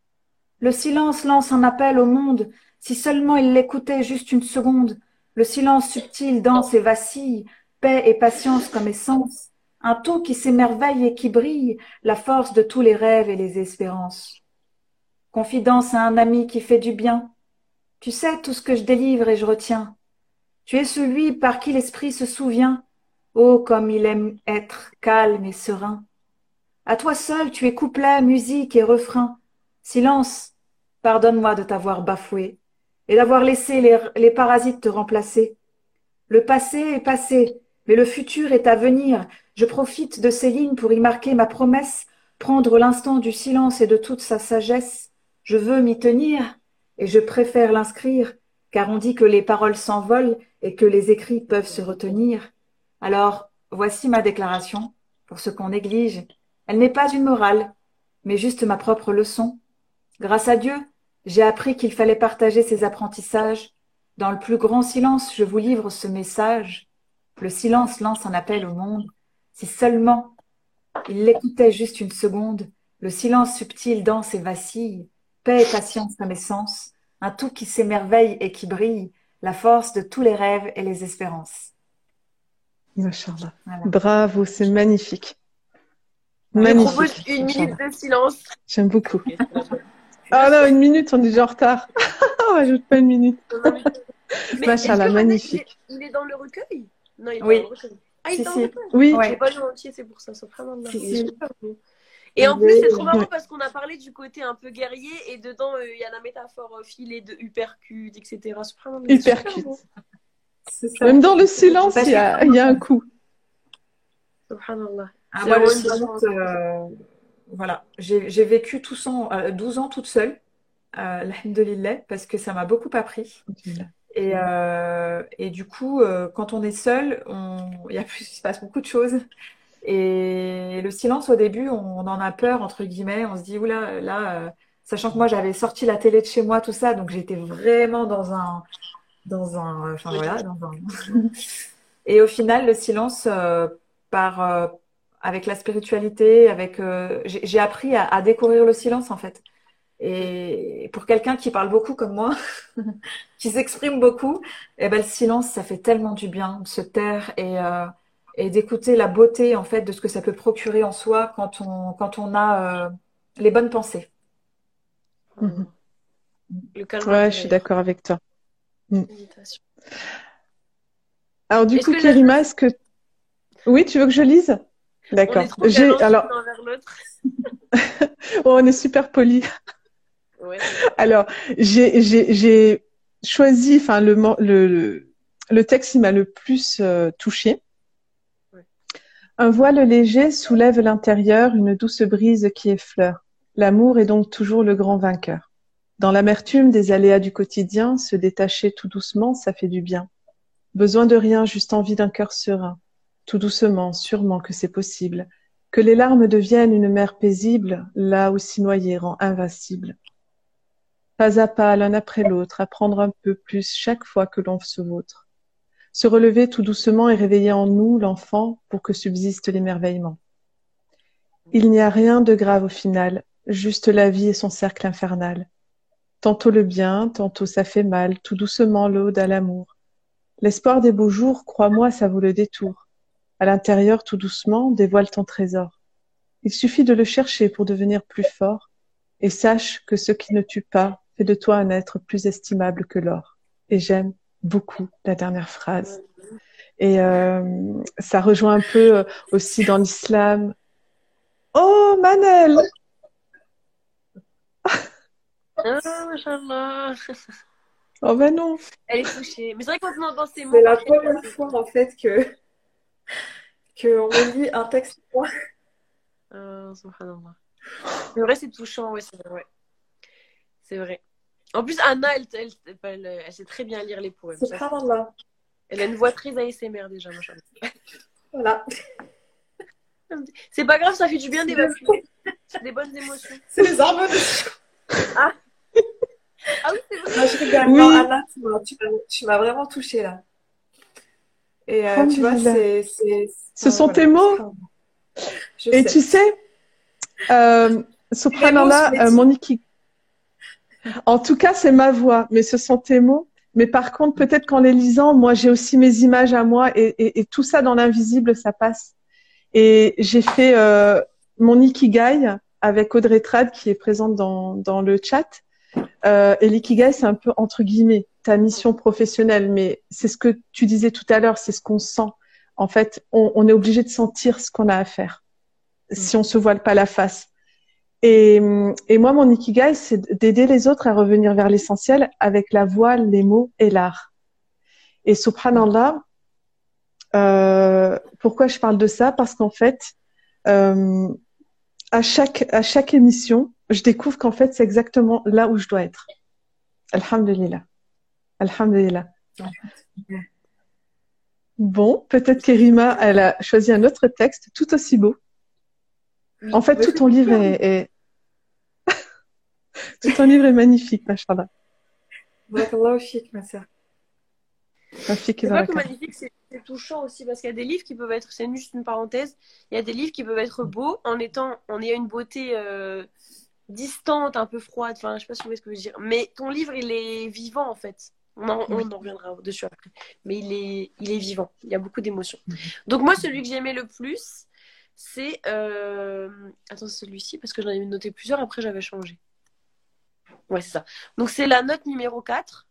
Le silence lance un appel au monde, si seulement il l'écoutait juste une seconde. Le silence subtil danse et vacille, paix et patience comme essence, un tout qui s'émerveille et qui brille, la force de tous les rêves et les espérances. Confidence à un ami qui fait du bien. Tu sais tout ce que je délivre et je retiens. Tu es celui par qui l'esprit se souvient. Oh, comme il aime être calme et serein. À toi seul, tu es couplet, musique et refrain. Silence, pardonne-moi de t'avoir bafoué et d'avoir laissé les, les parasites te remplacer. Le passé est passé, mais le futur est à venir. Je profite de ces lignes pour y marquer ma promesse, prendre l'instant du silence et de toute sa sagesse. Je veux m'y tenir et je préfère l'inscrire, car on dit que les paroles s'envolent et que les écrits peuvent se retenir. Alors, voici ma déclaration, pour ce qu'on néglige. Elle n'est pas une morale, mais juste ma propre leçon. Grâce à Dieu, j'ai appris qu'il fallait partager ses apprentissages, Dans le plus grand silence, je vous livre ce message. Le silence lance un appel au monde. Si seulement il l'écoutait juste une seconde, le silence subtil danse et vacille. Paix et patience à mes sens, un tout qui s'émerveille et qui brille, la force de tous les rêves et les espérances. Machallah. Voilà. Bravo, c'est magnifique. Je Magnifique. propose une Machallah. minute de silence. J'aime beaucoup. Ah non, une minute, on est déjà en retard. On rajoute pas une minute. Mais Machallah, est-ce que magnifique. Il est, il est dans le recueil? Non, il est Oui. pas dans le recueil. Ah, il Si, est dans si. le recueil? Oui, Ouais. Je l'ai pas lu en entier, c'est pour ça. Subhanallah. Si, Il est si. super beau. Et en Il plus, est- c'est trop marrant Ouais. parce qu'on a parlé du côté un peu guerrier et dedans, euh, il y a la métaphore euh, filée de hypercute, et cetera. Subhanallah, c'est super Hypercute. beau. C'est ça. Même dans le silence, Parce il y a, il y a un coup. Subhanallah. Ah, C'est moi, le vraiment une silence, bonne euh, voilà. J'ai j'ai vécu tout son, euh, douze ans toute seule, euh, alhamdoulilah, parce que ça m'a beaucoup appris. Et, euh, et du coup, euh, quand on est seul, on... il y a plus, il se passe beaucoup de choses. Et le silence, au début, on, on en a peur, entre guillemets. On se dit, oula, là, euh, sachant que moi, j'avais sorti la télé de chez moi, tout ça, donc j'étais vraiment dans un, dans un, enfin voilà, dans un. Et au final, le silence, euh, par, euh, avec la spiritualité, avec, euh, j'ai j'ai appris à, à découvrir le silence, en fait. Et pour quelqu'un qui parle beaucoup comme moi, qui s'exprime beaucoup, eh ben, le silence, ça fait tellement du bien de se taire et, euh, et d'écouter la beauté en fait de ce que ça peut procurer en soi quand on, quand on a euh, les bonnes pensées. Mhm. Le calme Ouais, je suis intérieur. d'accord avec toi. Méditation. Alors du Est-ce coup, que Kérima, la- est-ce que... Oui, tu veux que je lise? On D'accord. est trop J'ai... galants Alors, l'un vers l'autre. oh, on est super polis. Ouais. Alors, j'ai, j'ai, j'ai choisi, enfin, le, mo- le, le, le texte qui m'a le plus euh, touché. Ouais. Un voile léger soulève l'intérieur, une douce brise qui effleure. L'amour est donc toujours le grand vainqueur. Dans l'amertume des aléas du quotidien, se détacher tout doucement, ça fait du bien. Besoin de rien, juste envie d'un cœur serein. Tout doucement, sûrement que c'est possible. Que les larmes deviennent une mer paisible, là où s'y noyer rend invincible. Pas à pas, l'un après l'autre, apprendre un peu plus chaque fois que l'on se vautre. Se relever tout doucement et réveiller en nous l'enfant pour que subsiste l'émerveillement. Il n'y a rien de grave au final, juste la vie et son cercle infernal. Tantôt le bien, tantôt ça fait mal, tout doucement l'ode à l'amour. L'espoir des beaux jours, crois-moi, ça vaut le détour. À l'intérieur, tout doucement, dévoile ton trésor. Il suffit de le chercher pour devenir plus fort, et sache que ce qui ne tue pas fait de toi un être plus estimable que l'or. Et j'aime beaucoup la dernière phrase. Et euh, ça rejoint un peu euh, aussi dans l'islam. Oh, Manel! Ah, machallah. Oh ben non! Elle est touchée. Mais c'est vrai que quand on entend ces mots, C'est la parfois, première fois en fait que qu'on me lit un texte. Euh, subhanallah. C'est vrai, c'est touchant, ouais, c'est vrai. Ouais. C'est vrai. En plus, Anna, elle, elle, elle, elle sait très bien lire les poèmes. Ça, c'est- Subhanallah. elle a une voix très A S M R déjà, machallah. Voilà. C'est pas grave, ça fait du bien d'évacuer. C'est des bonnes émotions. C'est les hormones. Ah oui, c'est vrai. Non, je rigole. Oui. Non, Anna, tu m'as- tu m'as- tu m'as vraiment touchée là. Et euh, tu vois, Alhamdulillah. c'est, c'est, Ce enfin, sont voilà. tes mots. Je Et sais. tu sais, euh, subhanallah, Les mots, je euh, les mon iki- En tout cas, c'est ma voix, mais ce sont tes mots. Mais par contre, peut-être qu'en les lisant, moi, j'ai aussi mes images à moi et, et, et tout ça dans l'invisible, ça passe. Et j'ai fait euh, mon ikigai avec Audrey Trad qui est présente dans, dans le chat. Euh, et l'ikigai, c'est un peu entre guillemets ta mission professionnelle, mais c'est ce que tu disais tout à l'heure, c'est ce qu'on sent. En fait, on, on est obligé de sentir ce qu'on a à faire si on se voile pas la face. Et, et moi, mon ikigai, c'est d'aider les autres à revenir vers l'essentiel avec la voix, les mots et l'art. Et subhanallah, euh, pourquoi je parle de ça? Parce qu'en fait, euh, à chaque à chaque émission, je découvre qu'en fait, c'est exactement là où je dois être. Alhamdulillah. Alhamdulillah. Bon, peut-être qu'Erima, elle a choisi un autre texte tout aussi beau. En fait, tout ton livre est, est... tout ton livre est magnifique, machallah. Barakallahu fik, ma sœur. Rafik C'est pas que Baraka. magnifique, c'est c'est touchant aussi parce qu'il y a des livres qui peuvent être, c'est juste une parenthèse, il y a des livres qui peuvent être beaux en étant, en ayant une beauté euh, distante, un peu froide, enfin je sais pas si vous voyez ce que je veux dire, mais ton livre il est vivant en fait. On en, Oui. on en reviendra dessus après, mais il est, il est vivant, il y a beaucoup d'émotions. Donc moi celui que j'aimais le plus, c'est, euh... attends c'est celui-ci parce que j'en ai noté plusieurs, après j'avais changé. Ouais c'est ça. Donc c'est la note numéro quatre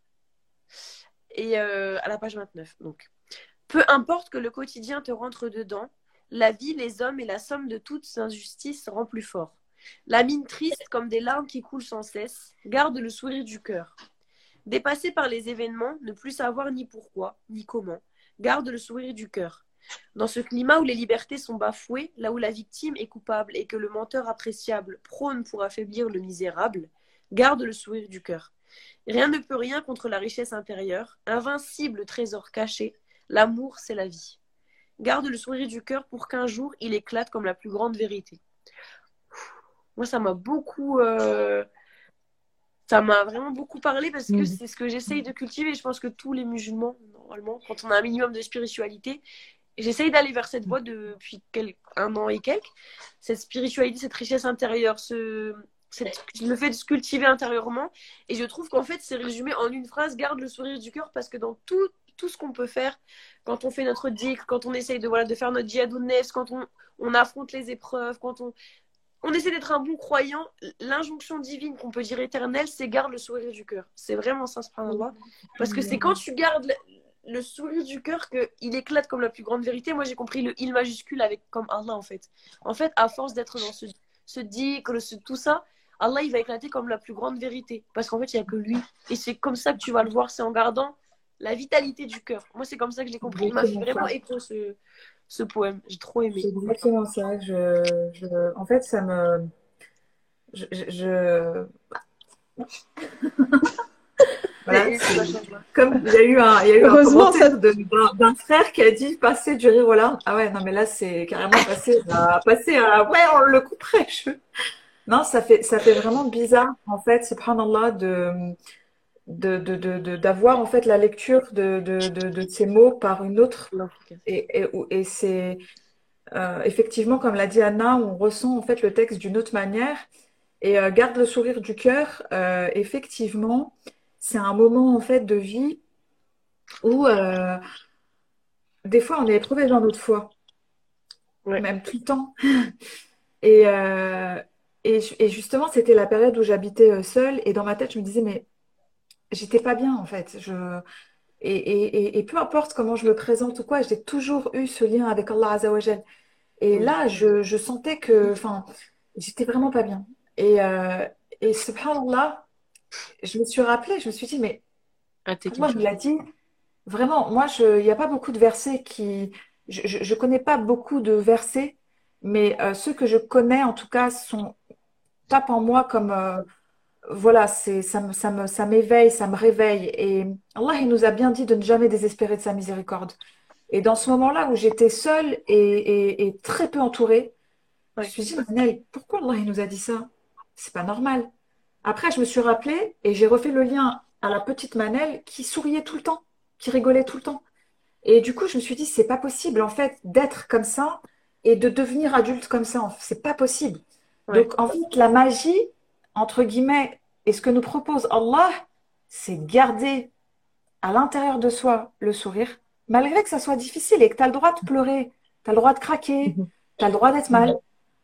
et euh, à la page vingt-neuf. Donc peu importe que le quotidien te rentre dedans, la vie, les hommes et la somme de toutes injustices rend plus fort. La mine triste comme des larmes qui coulent sans cesse, garde le sourire du cœur. Dépassé par les événements, ne plus savoir ni pourquoi, ni comment, garde le sourire du cœur. Dans ce climat où les libertés sont bafouées, là où la victime est coupable et que le menteur appréciable prône pour affaiblir le misérable, garde le sourire du cœur. Rien ne peut rien contre la richesse intérieure, invincible trésor caché, l'amour c'est la vie. Garde le sourire du cœur pour qu'un jour il éclate comme la plus grande vérité. Moi ça m'a beaucoup... Euh... Ça m'a vraiment beaucoup parlé parce que Mm. c'est ce que j'essaye de cultiver. Je pense que tous les musulmans, normalement, quand on a un minimum de spiritualité, j'essaye d'aller vers cette voie depuis quel... un an et quelques. Cette spiritualité, cette richesse intérieure, ce... cette... le fait de se cultiver intérieurement. Et je trouve qu'en fait, c'est résumé en une phrase, garde le sourire du cœur parce que dans tout, tout ce qu'on peut faire, quand on fait notre dhikr, quand on essaye de, voilà, de faire notre djihad nefs, quand on, on affronte les épreuves, quand on, on essaie d'être un bon croyant, l'injonction divine qu'on peut dire éternelle, c'est garde le sourire du cœur. C'est vraiment ça, subhanallah. Parce que c'est quand tu gardes le, le sourire du cœur qu'il éclate comme la plus grande vérité. Moi, j'ai compris le il majuscule avec comme Allah, en fait. En fait, à force d'être dans ce, ce dhikr, ce, tout ça, Allah, il va éclater comme la plus grande vérité. Parce qu'en fait, il n'y a que lui. Et c'est comme ça que tu vas le voir, c'est en gardant la vitalité du cœur. Moi, c'est comme ça que je l'ai compris. Il m'a fait vraiment écho, ce, ce poème. J'ai trop aimé. C'est exactement ça. Je, je, en fait, ça me. Je, je, je- Voilà, c'est comme il y a eu un, il y a eu un Heureusement, ça. commentaire de- d'un d'un frère qui a dit passer du rire aux larmes. Ah ouais, non, mais là, c'est carrément passé à, passer à, ouais, on le couperait. je- Non, ça fait, ça fait vraiment bizarre, en fait, subhanallah, de, de, de, de, de- d'avoir, en fait, la lecture de, de, de, de ces mots par une autre. Et, et, et c'est, euh, effectivement, comme l'a dit Anna, on ressent, en fait, le texte d'une autre manière. Et euh, garde le sourire du cœur, euh, effectivement, c'est un moment, en fait, de vie où, euh, des fois, on est éprouvé dans notre foi, Ouais. même tout le temps. Et, euh, et, ju- et justement, c'était la période où j'habitais euh, seule. Et dans ma tête, je me disais, mais j'étais pas bien, en fait. Je... Et, et, et, et peu importe comment je me présente ou quoi, j'ai toujours eu ce lien avec Allah Azzawajal. Et Mm. là, je, je sentais que, enfin, j'étais vraiment pas bien. Et, euh, et subhanallah, je me suis rappelée, je me suis dit, mais Ah, t'es Allah quelque me chose. l'a dit. Vraiment, moi, je, il n'y a pas beaucoup de versets qui... Je, je, je connais pas beaucoup de versets, mais euh, ceux que je connais, en tout cas, sont tapent en moi comme... euh, voilà, c'est, ça me, ça me, ça m'éveille, ça me réveille. Et Allah, il nous a bien dit de ne jamais désespérer de sa miséricorde. Et dans ce moment-là où j'étais seule et, et, et très peu entourée, je me Ouais. suis dit, Manel, pourquoi Allah, il nous a dit ça? C'est pas normal. Après, je me suis rappelée et j'ai refait le lien à la petite Manel qui souriait tout le temps, qui rigolait tout le temps. Et du coup, je me suis dit, c'est pas possible, en fait, d'être comme ça et de devenir adulte comme ça. C'est pas possible. Ouais. Donc, en fait, la magie, entre guillemets, et ce que nous propose Allah, c'est garder à l'intérieur de soi le sourire, malgré que ça soit difficile et que tu as le droit de pleurer, tu as le droit de craquer, Mhm. tu as le droit d'être mal.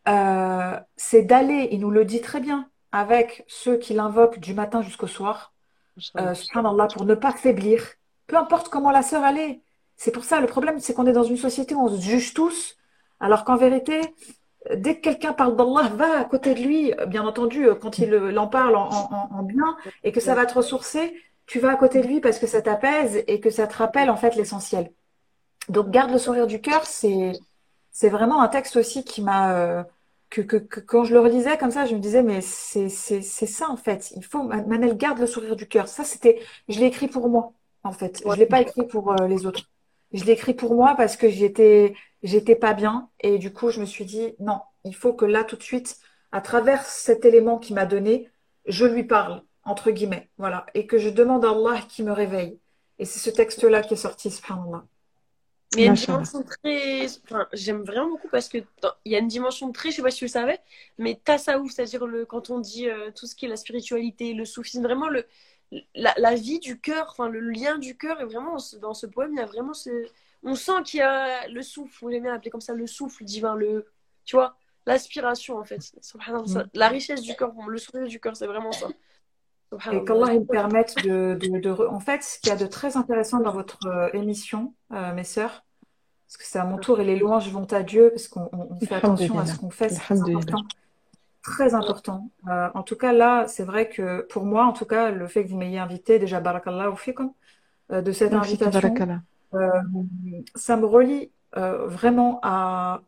Euh, c'est d'aller, il nous le dit très bien, avec ceux qui l'invoquent du matin jusqu'au soir, euh, subhanallah, pour ne pas faiblir, peu importe comment la sœur elle est. C'est pour ça, le problème, c'est qu'on est dans une société où on se juge tous, alors qu'en vérité, dès que quelqu'un parle d'Allah, va à côté de lui, euh, bien entendu, euh, quand il, euh, il en parle en, en- en bien et que ça va te ressourcer, tu vas à côté de lui parce que ça t'apaise et que ça te rappelle en fait l'essentiel. Donc, garde le sourire du cœur, c'est c'est vraiment un texte aussi qui m'a euh, que, que, que quand je le relisais comme ça, je me disais mais c'est c'est c'est ça en fait. Il faut Manel garde le sourire du cœur. Ça c'était je l'ai écrit pour moi en fait. Je Ouais. l'ai pas écrit pour euh, les autres. Je l'ai écrit pour moi parce que j'étais j'étais pas bien et du coup je me suis dit non, il faut que là tout de suite à travers cet élément qu'il m'a donné, je lui parle entre guillemets, voilà, et que je demande à Allah qui me réveille. Et c'est ce texte-là qui est sorti, subhanallah. Mais il y a une Machallah. dimension très. Enfin, j'aime vraiment beaucoup parce que dans- il y a une dimension très, je sais pas si tu le savais, mais tasawuf, c'est-à-dire le... quand on dit euh, tout ce qui est la spiritualité, le soufisme, vraiment le... la, la vie du cœur, enfin le lien du cœur, et vraiment dans ce poème, il y a vraiment ce. On sent qu'il y a le souffle, on l'aime bien appeler comme ça, le souffle divin, le. Tu vois, l'aspiration en fait. Subhanallah, ça- Mm. la richesse du cœur, le sourire du cœur, c'est vraiment ça. Et Subhanallah. qu'Allah il me permette de, de, de re- En fait, ce qu'il y a de très intéressant dans votre euh, émission, euh, mes sœurs, parce que c'est à mon tour et les louanges vont à Dieu, parce qu'on on- on fait attention à ce Alhamdulillah. qu'on fait, c'est très Alhamdulillah. important. Très important. Euh, en tout cas, là, c'est vrai que pour moi, en tout cas, le fait que vous m'ayez invité, déjà, barakallahu fikum, euh, de cette Wa fik invitation, barakallah. euh, ça me relie euh, vraiment à,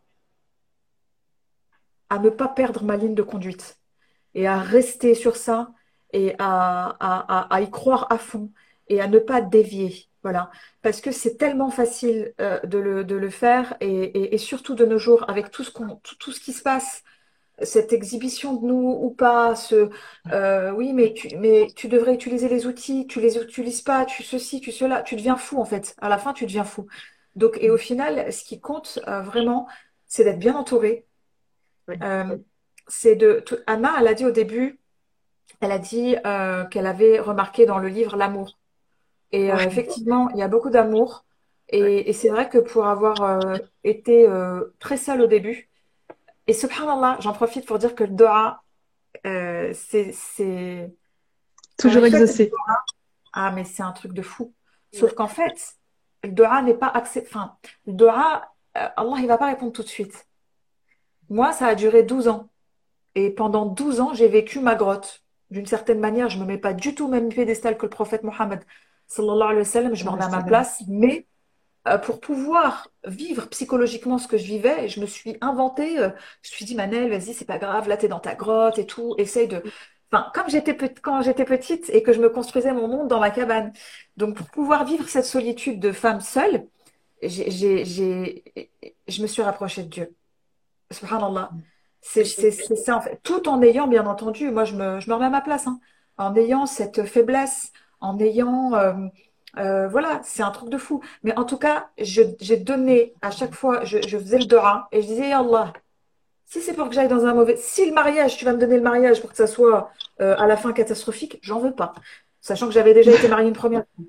à ne pas perdre ma ligne de conduite et à rester sur ça et à, à, à, à y croire à fond et à ne pas dévier. Voilà. Parce que c'est tellement facile euh, de le, de le faire et, et, et surtout de nos jours, avec tout ce qu'on, tout, tout ce qui se passe, cette exhibition de nous ou pas, ce euh, oui, mais tu, mais tu devrais utiliser les outils, tu les utilises pas, tu ceci, tu cela, tu deviens fou en fait. À la fin, tu deviens fou. Donc, et au final, ce qui compte euh, vraiment, c'est d'être bien entouré. Ouais. Euh, c'est de tout- Anna, elle a dit au début, elle a dit euh, qu'elle avait remarqué dans le livre l'amour. Et euh, Ouais. effectivement, il y a beaucoup d'amour. Ouais. Et, et c'est vrai que pour avoir euh, été euh, très seule au début, et subhanallah, j'en profite pour dire que le doha, euh, c'est, c'est, quand Toujours vous faites le exaucé. doha, ah, mais c'est un truc de fou. Sauf Ouais. qu'en fait, le doha n'est pas accès, enfin, le doha, euh, Allah, il va pas répondre tout de suite. Moi, ça a duré douze ans. Et pendant douze ans, j'ai vécu ma grotte. D'une certaine manière, je me mets pas du tout au même piédestal que le prophète Mohammed, sallallahu alayhi wa sallam, je me remets à ma place, mais euh, pour pouvoir vivre psychologiquement ce que je vivais, je me suis inventé, euh, je me suis dit, Manel, vas-y, c'est pas grave, là, t'es dans ta grotte et tout, essaye de. Enfin, comme j'étais pe- quand j'étais petite et que je me construisais mon monde dans ma cabane. Donc, pour pouvoir vivre cette solitude de femme seule, j'ai, j'ai, j'ai- je me suis rapprochée de Dieu. Subhanallah. C'est c'est- c'est ça, en fait. Tout en ayant, bien entendu, moi, je me, je me remets à ma place, hein, en ayant cette faiblesse, en ayant. euh, euh, voilà, c'est un truc de fou. Mais en tout cas, je- j'ai donné à chaque fois, je, je faisais le dua et je disais, Ya Allah, si c'est pour que j'aille dans un mauvais. Si le mariage, tu vas me donner le mariage pour que ça soit euh, à la fin catastrophique, j'en veux pas. Sachant que j'avais déjà été mariée une première fois.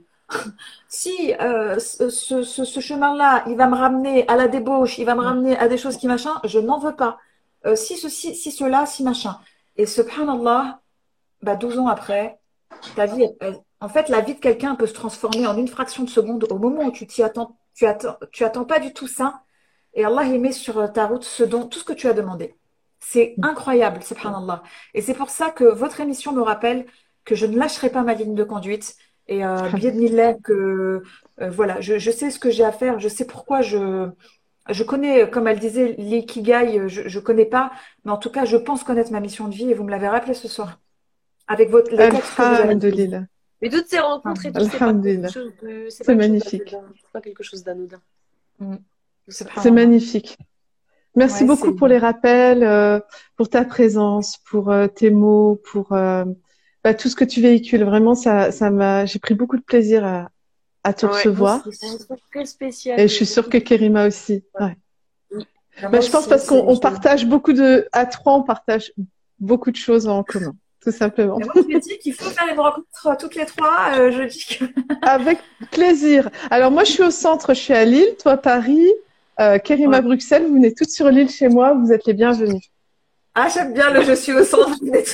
Si euh, ce, ce, ce- ce chemin-là, il va me ramener à la débauche, il va me ramener à des choses qui machin, je n'en veux pas. Euh, si ceci, si cela, si machin. Et subhanallah, bah, douze ans après, ta vie, elle- elle- en fait, la vie de quelqu'un peut se transformer en une fraction de seconde au moment où tu t'y attends, tu attends, tu attends pas du tout ça. Et Allah, il met sur ta route ce dont, tout ce que tu as demandé. C'est incroyable, subhanallah. Et c'est pour ça que votre émission me rappelle que je ne lâcherai pas ma ligne de conduite. Et euh, bienvenue que euh, voilà, je, je sais ce que j'ai à faire, je sais pourquoi je, je connais, comme elle disait, l'ikigai, je, je connais pas, mais en tout cas, je pense connaître ma mission de vie et vous me l'avez rappelé ce soir avec votre, les textes que vous avez choisis. Alhamdulillah. Mais toutes ces rencontres et tout, c'est pas quelque Alhamdulillah. chose de, c'est C'est pas quelque chose magnifique. d'anodin. C'est pas quelque chose d'anodin. Mm. Tout ça. C'est magnifique. Merci Ouais, beaucoup c'est pour les rappels, euh, pour ta présence, pour euh, tes mots, pour euh, bah, tout ce que tu véhicules. Vraiment, ça, ça m'a, j'ai pris beaucoup de plaisir à, à te Ouais, moi recevoir. aussi, c'est un truc très spécial. Et je suis sûre que Kerima aussi. Ouais. Oui. moi Bah, je pense aussi, parce qu'on c'est- on je- partage beaucoup de, à trois, on partage beaucoup de choses en commun, tout simplement. Mais moi, je me dis qu'il faut faire une rencontre toutes les trois. Euh, je dis que Avec plaisir. Alors moi, je suis au centre, je suis à Lille, toi Paris, euh, Kerima Ouais. Bruxelles. Vous venez toutes sur Lille chez moi, vous êtes les bienvenus. ah, j'aime bien le je suis au centre.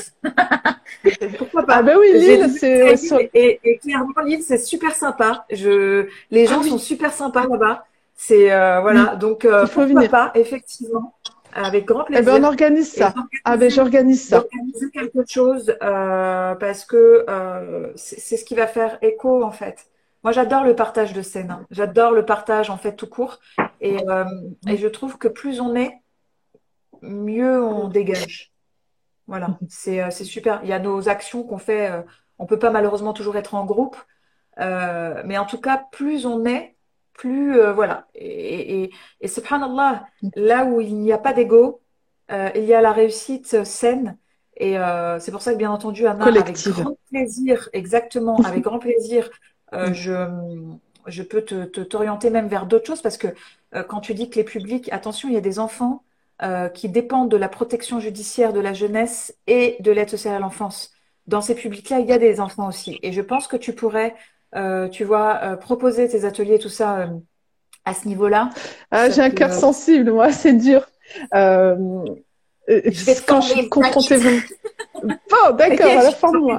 Pourquoi pas? Ah ben oui, J'ai Lille, vu c'est Lille sur- et, et clairement Lille c'est super sympa. Je, les gens Ah oui. sont super sympas là-bas. C'est euh, voilà, donc euh, il faut pourquoi venir. pas, effectivement, avec grand Eh ben plaisir. on organise Et ça. Ah ben j'organise ça. d'organiser quelque chose euh, parce que euh, c'est c'est ce qui va faire écho en fait. Moi j'adore le partage de scène, hein. J'adore le partage en fait tout court et, euh, et je trouve que plus on est, mieux on dégage. Voilà, c'est euh, c'est super. Il y a nos actions qu'on fait, euh, on peut pas malheureusement toujours être en groupe, euh, mais en tout cas plus on est, plus euh, voilà. Et, et, et subhanallah, là où il n'y a pas d'ego, euh, il y a la réussite saine. Et euh, c'est pour ça que, bien entendu, Anna, avec Collective. grand plaisir, exactement, avec grand plaisir, euh, Mm. je, je peux te, te- t'orienter même vers d'autres choses parce que euh, quand tu dis que les publics, attention, il y a des enfants euh, qui dépendent de la protection judiciaire de la jeunesse et de l'aide sociale à l'enfance. Dans ces publics-là, il y a des enfants aussi. Et je pense que tu pourrais, euh, tu vois, euh, proposer tes ateliers, tout ça, euh, à ce niveau-là. Ah, Ça j'ai un peut, cœur sensible, moi, c'est dur. Euh, euh, je vais te Quand je suis former, confrontée t'inquiète. vraiment. Bon, d'accord, T'inquiète, alors je vais te forme-moi. former.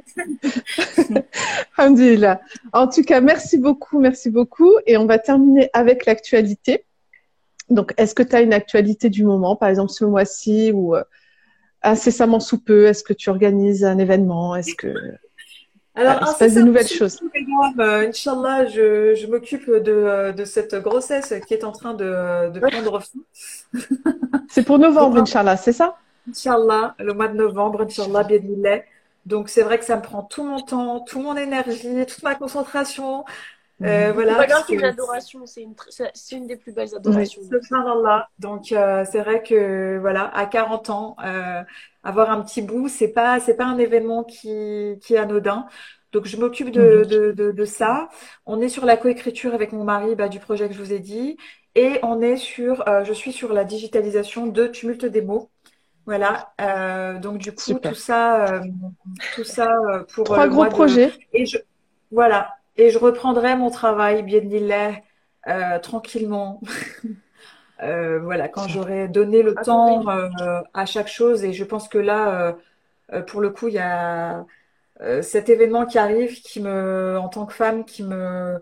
Alhamdulillah. En tout cas, merci beaucoup, merci beaucoup. Et on va terminer avec l'actualité. Donc, est-ce que tu as une actualité du moment, par exemple ce mois-ci ou euh, incessamment sous peu? Est-ce que tu organises un événement? Est-ce que ah, Alors, il se passe des incessamment nouvelles sous choses? peu, mesdames, euh, Inch'Allah, je, je m'occupe de, euh, de cette grossesse qui est en train de, de prendre fin. C'est pour Donc, novembre, Inch'Allah, c'est ça? Inch'Allah, le mois de novembre, Inch'Allah, bi'idhnillah. Donc, c'est vrai que ça me prend tout mon temps, toute mon énergie, toute ma concentration. Euh, Mhm. C'est voilà, pas grave, puisque, c'est une adoration, c'est une, tr- c'est c'est une des plus belles Oui, adorations. Donc, c'est- subhanallah. Donc, euh, c'est vrai que, voilà, à quarante ans, euh, avoir un petit bout, c'est pas, c'est pas un événement qui, qui est anodin. Donc, je m'occupe de, mhm. de, de, de ça. On est sur la coécriture avec mon mari, bah, du projet que je vous ai dit. Et on est sur, euh, je suis sur la digitalisation de Tumulte des mots. Voilà, euh, donc du coup, tout Super. ça, euh, tout ça euh, pour Trois le gros mois de... projets. Et je, voilà, et je reprendrai mon travail, bienillah, euh, tranquillement. Euh, voilà, quand j'aurai donné le à ton temps rythme. euh, à chaque chose. Et je pense que là, euh, euh, pour le coup, il y a euh, cet événement qui arrive, qui me, en tant que femme, qui me,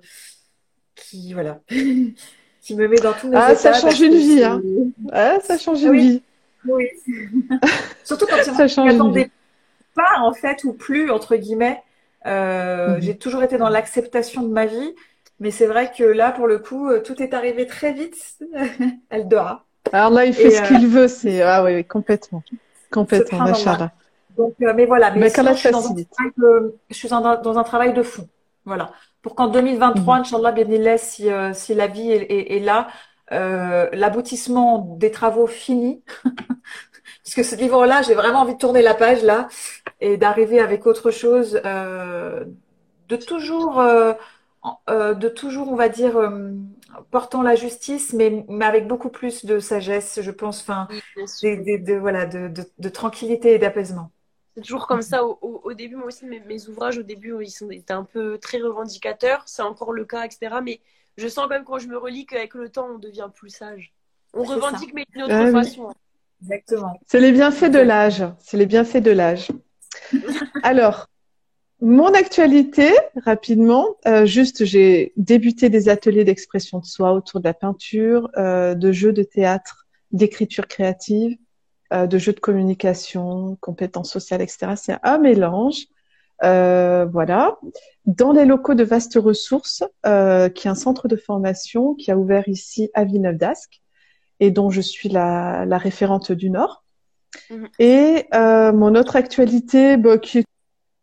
qui, voilà, qui me met dans tous mes Ah, ça états change parce une que vie, c'est... hein. Ah, ça change Ah une oui, vie. oui. Surtout quand Ça je m'y change une vie. attendais pas en fait ou plus entre guillemets. Euh, Mhm. j'ai toujours été dans l'acceptation de ma vie, mais c'est vrai que là pour le coup euh, tout est arrivé très vite. Elle dort. Alors là, il fait Et ce euh, qu'il veut. C'est ah oui, oui, complètement, complètement, subhanallah. machallah. Donc euh, mais voilà, mais Ben, qu'Allah sinon te je suis dans un facilite. travail de, je suis dans un, dans un travail de fond. Voilà. Pour qu'en deux mille vingt-trois, Mhm. Inch'Allah, bénillah, si, euh, si la vie est, est- est là, euh, l'aboutissement des travaux finis, parce que ce livre-là, j'ai vraiment envie de tourner la page là et d'arriver avec autre chose, euh, de toujours, euh, en- euh, de toujours, on va dire, euh, portant la justice, mais, mais avec beaucoup plus de sagesse, je pense, enfin, Oui, bien sûr. des, des- de, voilà, de, de, de tranquillité et d'apaisement. C'est toujours comme ça au, au- au début. Moi aussi, mes, mes ouvrages, au début, ils sont, ils étaient un peu très revendicateurs. C'est encore le cas, et cetera. Mais je sens quand même quand je me relis qu'avec le temps, on devient plus sage. On C'est ça, revendique, mais d'une autre Ah oui. façon. exactement. C'est les bienfaits de Exact. l'âge. C'est les bienfaits de l'âge. Alors, mon actualité, rapidement, euh, juste, j'ai débuté des ateliers d'expression de soi autour de la peinture, euh, de jeux de théâtre, d'écriture créative, euh, de jeux de communication, compétences sociales, et cetera. C'est un mélange. Euh, voilà. Dans les locaux de Vastes Ressources, euh, qui est un centre de formation qui a ouvert ici à Villeneuve-d'Ascq et dont je suis la, la référente du Nord. Mhm. Et euh, mon autre actualité, bah, qui est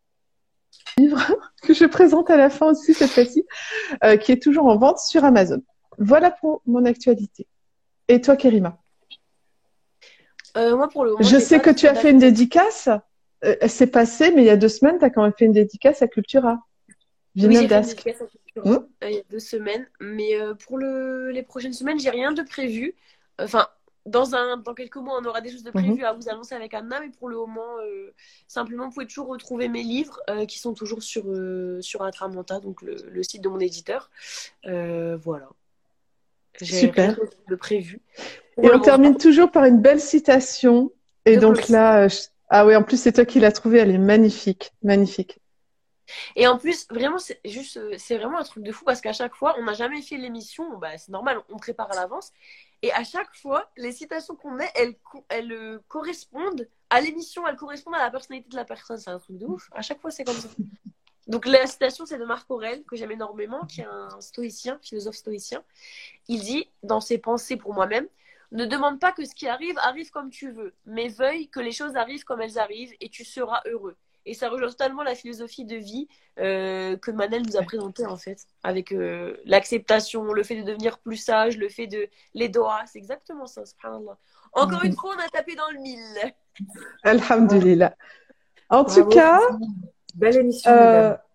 que je présente à la fin aussi cette fois-ci, euh, qui est toujours en vente sur Amazon. Voilà pour mon actualité. Et toi, Kerima? Euh, moi, pour le moment, Je j'ai sais pas que tu trop as fait une d'actu. dédicace. Euh, c'est passé, mais il y a deux semaines, tu as quand même fait une dédicace à Cultura, Oui, j'ai fait une Villeneuve-d'Ascq. dédicace à Hmm. Cultura euh, il y a deux semaines. Mais euh, pour le, les prochaines semaines, j'ai rien de prévu. Enfin, dans un, dans quelques mois, on aura des choses de Mhm. prévues à vous annoncer avec Anna. Mais pour le moment, euh, simplement, vous pouvez toujours retrouver mes livres euh, qui sont toujours sur, euh, sur Atramanta, donc le, le site de mon éditeur. Euh, voilà. J'ai rien Super. de de prévu pour Et le on moment. termine toujours par une belle citation. Et De donc Claudie. là, euh, je- ah oui, en plus, c'est toi qui l'as trouvée. Elle est magnifique. Magnifique. Et en plus, vraiment, c'est juste, euh, c'est vraiment un truc de fou parce qu'à chaque fois, on n'a jamais fait l'émission. Bah, c'est normal, on prépare à l'avance. Et à chaque fois, les citations qu'on met, elles, co- elles euh, correspondent à l'émission, elles correspondent à la personnalité de la personne. C'est un truc de ouf. À chaque fois, c'est comme ça. Donc, la citation, c'est de Marc Aurèle, que j'aime énormément, qui est un stoïcien, philosophe stoïcien. Il dit, dans ses pensées pour moi-même, ne demande pas que ce qui arrive arrive comme tu veux, mais veuille que les choses arrivent comme elles arrivent et tu seras heureux. Et ça rejoint totalement la philosophie de vie euh, que Manel nous a présentée en fait, avec euh, l'acceptation, le fait de devenir plus sage, le fait de les doigts, c'est exactement ça, subhanallah. Encore une Mhm. fois, on a tapé dans le mille. Bravo, Alhamdulillah. En tout bravo, cas, franchement. Belle émission, euh, mesdames.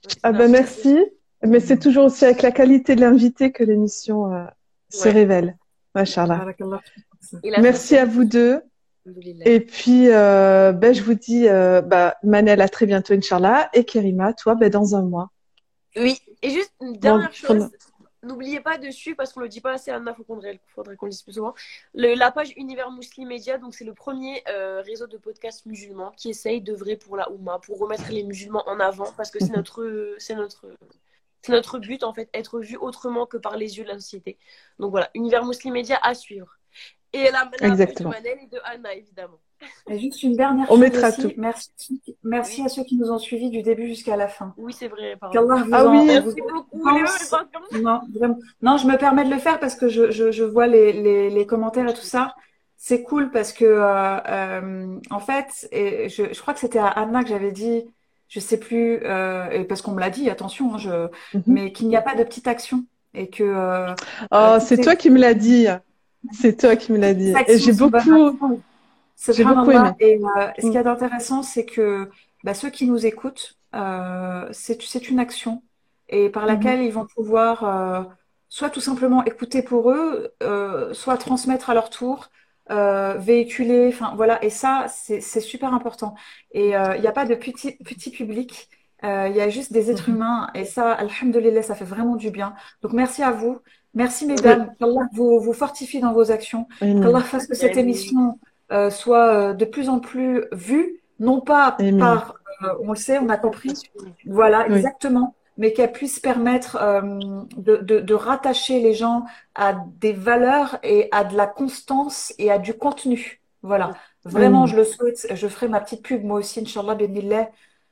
Ouais, Ah c'était un ben plaisir. merci. Mais c'est toujours aussi avec la qualité de l'invité que l'émission euh, se Ouais. révèle. Machallah. Barakallah. Et la Merci à sincérité, vous deux. alhamdoulilah. Et puis, euh, ben, je vous dis, euh, bah, Manel, à très bientôt, Inch'Allah. Et Kerima, toi, ben, dans un mois. Oui, et juste une Bon, dernière pour nous. chose, n'oubliez pas dessus, parce qu'on le dit pas assez, Anna, faut qu'on faudrait qu'on le dise plus souvent, le- la page Univers Muslim Média, donc c'est le premier euh, réseau de podcasts musulmans qui essaye d'œuvrer pour la Oumma, pour remettre les musulmans en avant, parce que c'est notre, c'est notre, c'est notre but, en fait, être vu autrement que par les yeux de la société. Donc voilà, Univers Muslim Média à suivre. Et la, la page de Exactement. Manel et de Anna, évidemment. Et juste une dernière On chose mettra tout. aussi. Merci, merci Oui, à ceux qui nous ont suivis du début jusqu'à la fin. oui, c'est vrai, pardon. Qu'Allah vous Ah en oui, vous Merci beaucoup. Les mêmes, elles pense. pensent comme ça. Non, vraiment. Non, je me permets de le faire parce que je, je, je vois les, les, les commentaires et tout ça. C'est cool parce que, euh, euh, en fait, et je, je crois que c'était à Anna que j'avais dit, je sais plus, euh, et parce qu'on me l'a dit, attention, hein, je, Mhm. mais qu'il n'y a pas de petite action et que euh, euh, Oh, toutes c'est ces toi qui me l'as dit. C'est toi qui me l'as toutes les dit. Et actions j'ai sont bonnes beaucoup, actions. j'ai beaucoup Subhanallah. aimé. Et euh, ce qu'il Mm. y a d'intéressant, c'est que bah, ceux qui nous écoutent, euh, c'est, c'est une action et par Mhm. laquelle ils vont pouvoir euh, soit tout simplement écouter pour eux, euh, soit transmettre à leur tour, euh, véhiculer. Enfin voilà. Et ça, c'est, c'est super important. Et euh, il n'y a pas de petit, petit public. Euh, Il y a juste des êtres Mhm. humains. Et ça, alhamdulillah, ça fait vraiment du bien. Donc merci à vous. Merci Oui. Oui. mesdames. Qu'Allah vous, vous fortifie dans vos actions. Qu'Allah Amen. fasse que cette Amen. émission euh, soit euh, de plus en plus vue, non pas Amen. par, euh, on le sait, on a compris, Constatation. voilà, Oui. exactement, mais qu'elle puisse permettre euh, de, de, de rattacher les gens à des valeurs et à de la constance et à du contenu. Voilà, vraiment, je Amen. le souhaite. Je ferai ma petite pub moi aussi, Inch'Allah, bénillah,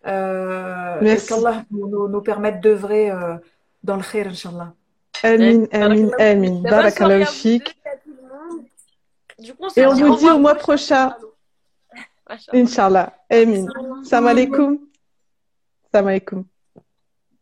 euh, et Merci. qu'Allah nous, nous, nous permette d'œuvrer euh, dans le khair, Inch'Allah. Amin, amin, Barakallahu fik. amin. Ben, bonne soirée Barakallahu à vous deux fik. et à tout le monde. Du coup, on se Et on dit vous au dit au revoir mois prochain. prochain. Allô. Machallah. Inch'Allah. Amin. Bisous. Salam alaikum. Salam alaikum.